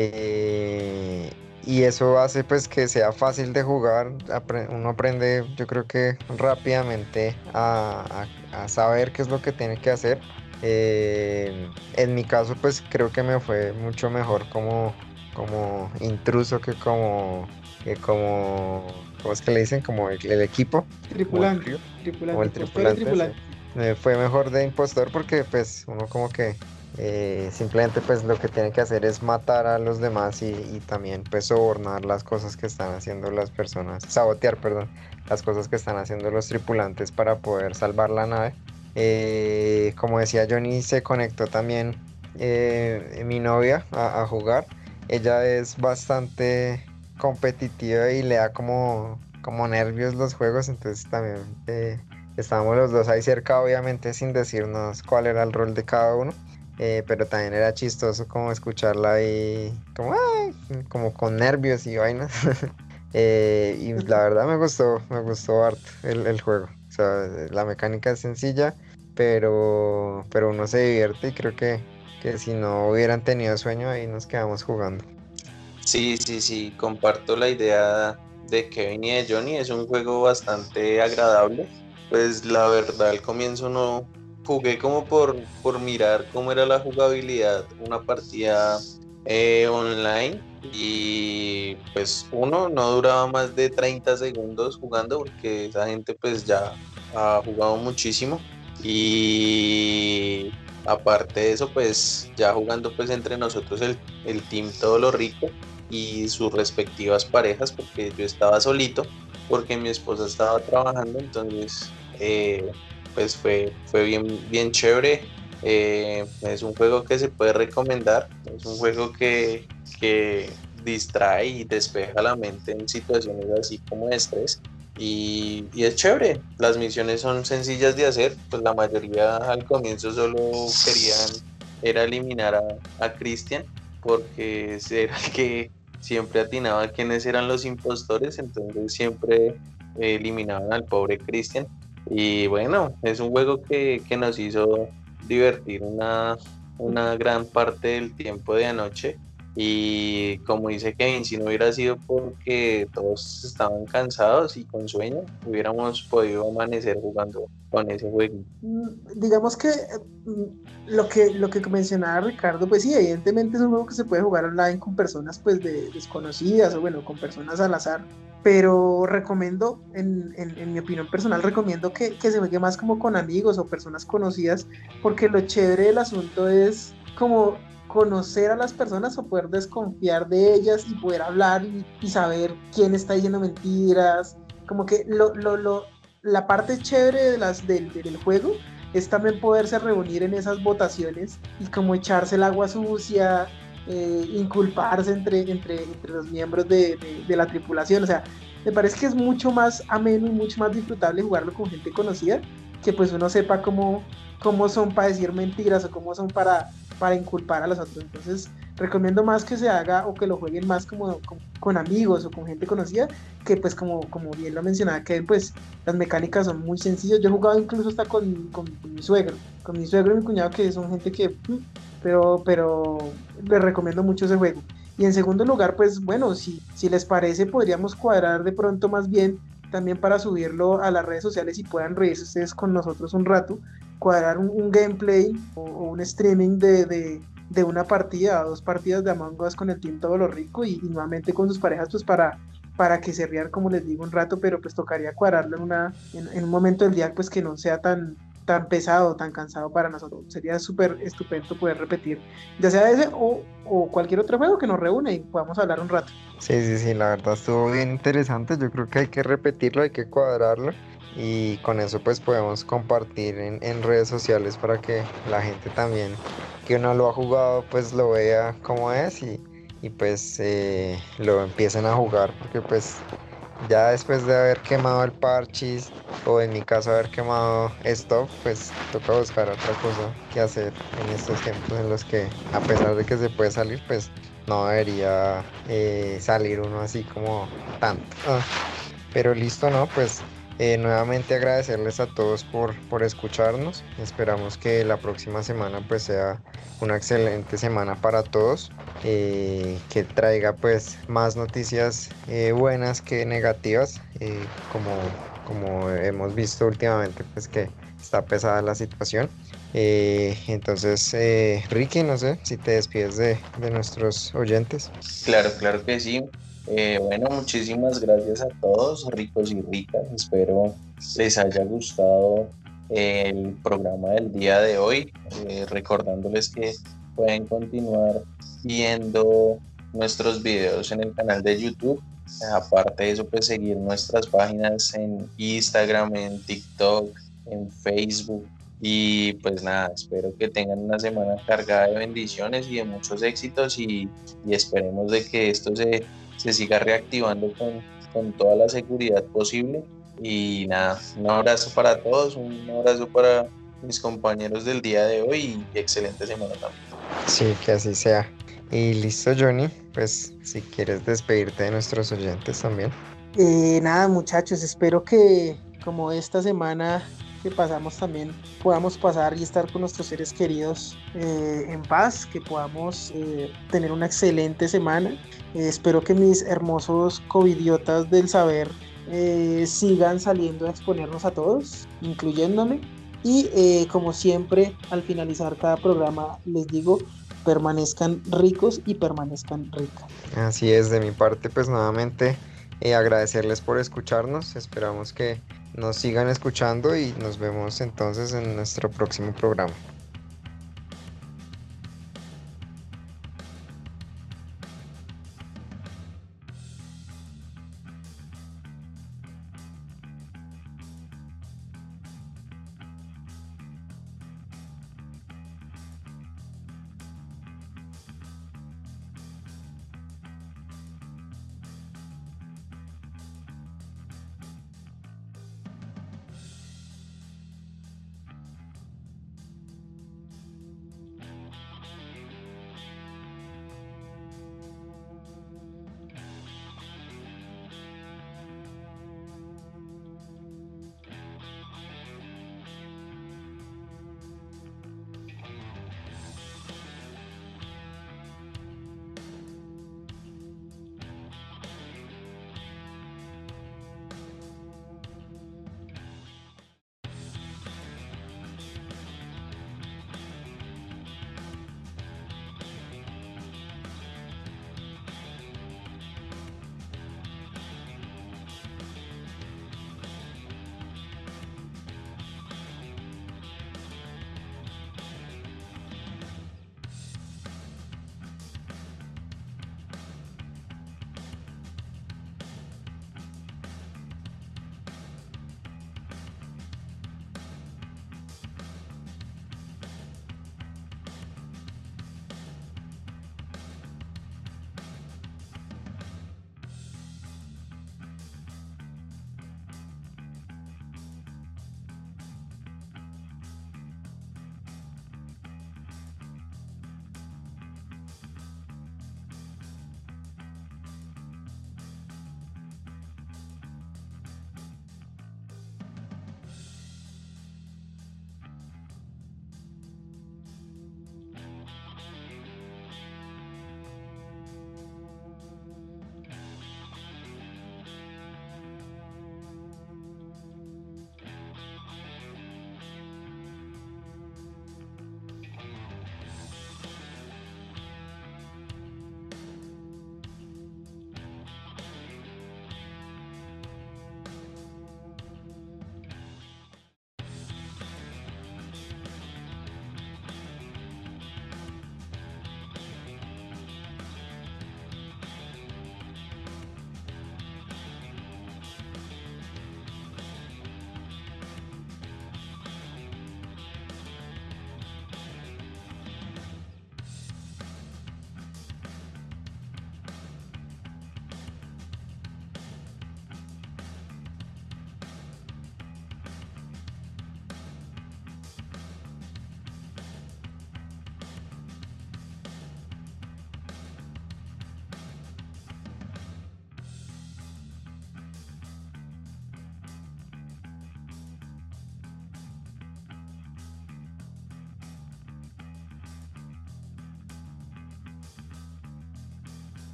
eh, y eso hace pues que sea fácil de jugar. apre- Uno aprende, yo creo que rápidamente a, a- a saber qué es lo que tiene que hacer. Eh, en mi caso pues creo que me fue mucho mejor como, como intruso que como, que como, ¿cómo es que le dicen? Como el, el equipo, como el Tripulante, crew, como tripulante, el impostor y tripulante, sí. tripulante. Me fue mejor de impostor porque pues uno como que eh, simplemente pues lo que tiene que hacer es matar a los demás y, y también pues sobornar las cosas que están haciendo las personas, sabotear, perdón, las cosas que están haciendo los tripulantes para poder salvar la nave. Eh, como decía Johnny, se conectó también eh, mi novia a, a jugar. Ella es bastante competitiva y le da como, como nervios los juegos, entonces también eh, estábamos los dos ahí cerca, obviamente sin decirnos cuál era el rol de cada uno, eh, pero también era chistoso como escucharla ahí, como, "Ay", como con nervios y vainas. Eh, y la verdad me gustó, me gustó harto el, el juego. O sea, la mecánica es sencilla, pero, pero uno se divierte y creo que, que si no hubieran tenido sueño ahí nos quedamos jugando. Sí, sí, sí, comparto la idea de Kevin y de Johnny. Es un juego bastante agradable. Pues la verdad, al comienzo no jugué como por, por mirar cómo era la jugabilidad, una partida eh, online. Y pues uno no duraba más de treinta segundos jugando porque esa gente pues ya ha jugado muchísimo. Y aparte de eso, pues ya jugando pues entre nosotros el, el team Todo Lo Rico y sus respectivas parejas, porque yo estaba solito, porque mi esposa estaba trabajando, entonces eh, pues fue, fue bien, bien chévere. Eh, es un juego que se puede recomendar, es un juego que, que distrae y despeja la mente en situaciones así como de estrés. Y, y es chévere, las misiones son sencillas de hacer, pues la mayoría al comienzo solo querían era eliminar a, a Christian, porque ese era el que siempre atinaba quiénes eran los impostores, entonces siempre eh, eliminaban al pobre Christian. Y bueno, es un juego que, que nos hizo divertir una, una gran parte del tiempo de anoche. Y como dice Kevin, si no hubiera sido porque todos estaban cansados y con sueño, hubiéramos podido amanecer jugando con ese juego. Mm, Digamos que mm, lo que lo que mencionaba Ricardo, pues sí, evidentemente es un juego que se puede jugar online con personas pues de, desconocidas o bueno, con personas al azar, pero recomiendo, en, en, en mi opinión personal, recomiendo que, que se juegue más como con amigos o personas conocidas, porque lo chévere del asunto es como conocer a las personas o poder desconfiar de ellas y poder hablar y, y saber quién está diciendo mentiras, como que lo, lo, lo, la parte chévere de las, del, del juego es también poderse reunir en esas votaciones y como echarse el agua sucia, eh, inculparse entre, entre, entre los miembros de, de, de la tripulación. O sea, me parece que es mucho más ameno y mucho más disfrutable jugarlo con gente conocida, que pues uno sepa cómo, cómo son para decir mentiras o cómo son para, para inculpar a los otros. Entonces, recomiendo más que se haga o que lo jueguen más como, como con amigos o con gente conocida, que pues como, como bien lo mencionaba, que pues las mecánicas son muy sencillas. Yo he jugado incluso hasta con, con, con mi suegro, con mi suegro y mi cuñado, que son gente que, pero, pero les recomiendo mucho ese juego. Y en segundo lugar, pues bueno, si, si les parece, podríamos cuadrar de pronto más bien también para subirlo a las redes sociales y puedan reírse ustedes con nosotros un rato, cuadrar un, un gameplay o, o un streaming de, de, de una partida o dos partidas de Among Us con el Team Todo Lo Rico y, y nuevamente con sus parejas, pues para, para que se rían, como les digo, un rato, pero pues tocaría cuadrarlo en, una, en, en un momento del día pues que no sea tan, tan pesado, tan cansado para nosotros. Sería súper estupendo poder repetir, ya sea ese o, o cualquier otro juego que nos reúne y podamos hablar un rato. Sí, sí, sí, la verdad estuvo bien interesante. Yo creo que hay que repetirlo, hay que cuadrarlo y con eso pues podemos compartir en, en redes sociales para que la gente también que uno lo ha jugado pues lo vea como es y, y pues eh, lo empiecen a jugar, porque pues ya después de haber quemado el parchís, o en mi caso haber quemado Stop, pues toca buscar otra cosa que hacer en estos tiempos en los que, a pesar de que se puede salir, pues no debería eh, salir uno así como tanto. Ah, pero listo, ¿no? Pues eh, nuevamente agradecerles a todos por, por escucharnos. Esperamos que la próxima semana pues sea una excelente semana para todos, eh, que traiga pues más noticias eh, buenas que negativas, eh, como, como hemos visto últimamente pues que está pesada la situación. Eh, entonces, eh, Ricky, no sé si te despides de, de nuestros oyentes. Claro, claro que sí. Eh, bueno, muchísimas gracias a todos, ricos y ricas. Espero les haya gustado el programa del día de hoy. Eh, recordándoles que pueden continuar viendo nuestros videos en el canal de YouTube. Aparte de eso, pues seguir nuestras páginas en Instagram, en TikTok, en Facebook. Y pues nada, espero que tengan una semana cargada de bendiciones y de muchos éxitos, y, y esperemos de que esto se, se siga reactivando con, con toda la seguridad posible. Y nada, un abrazo para todos, un abrazo para mis compañeros del día de hoy y excelente semana también. Sí, que así sea. Y listo, Johnny, pues si quieres despedirte de nuestros oyentes también. Eh, nada, muchachos, espero que como esta semana que pasamos también podamos pasar y estar con nuestros seres queridos eh, en paz, que podamos eh, tener una excelente semana. Eh, espero que mis hermosos covidiotas del saber eh, sigan saliendo a exponernos a todos, incluyéndome. Y eh, como siempre, al finalizar cada programa, les digo, permanezcan ricos y permanezcan ricas. Así es, de mi parte, pues nuevamente eh, agradecerles por escucharnos. Esperamos que nos sigan escuchando y nos vemos entonces en nuestro próximo programa.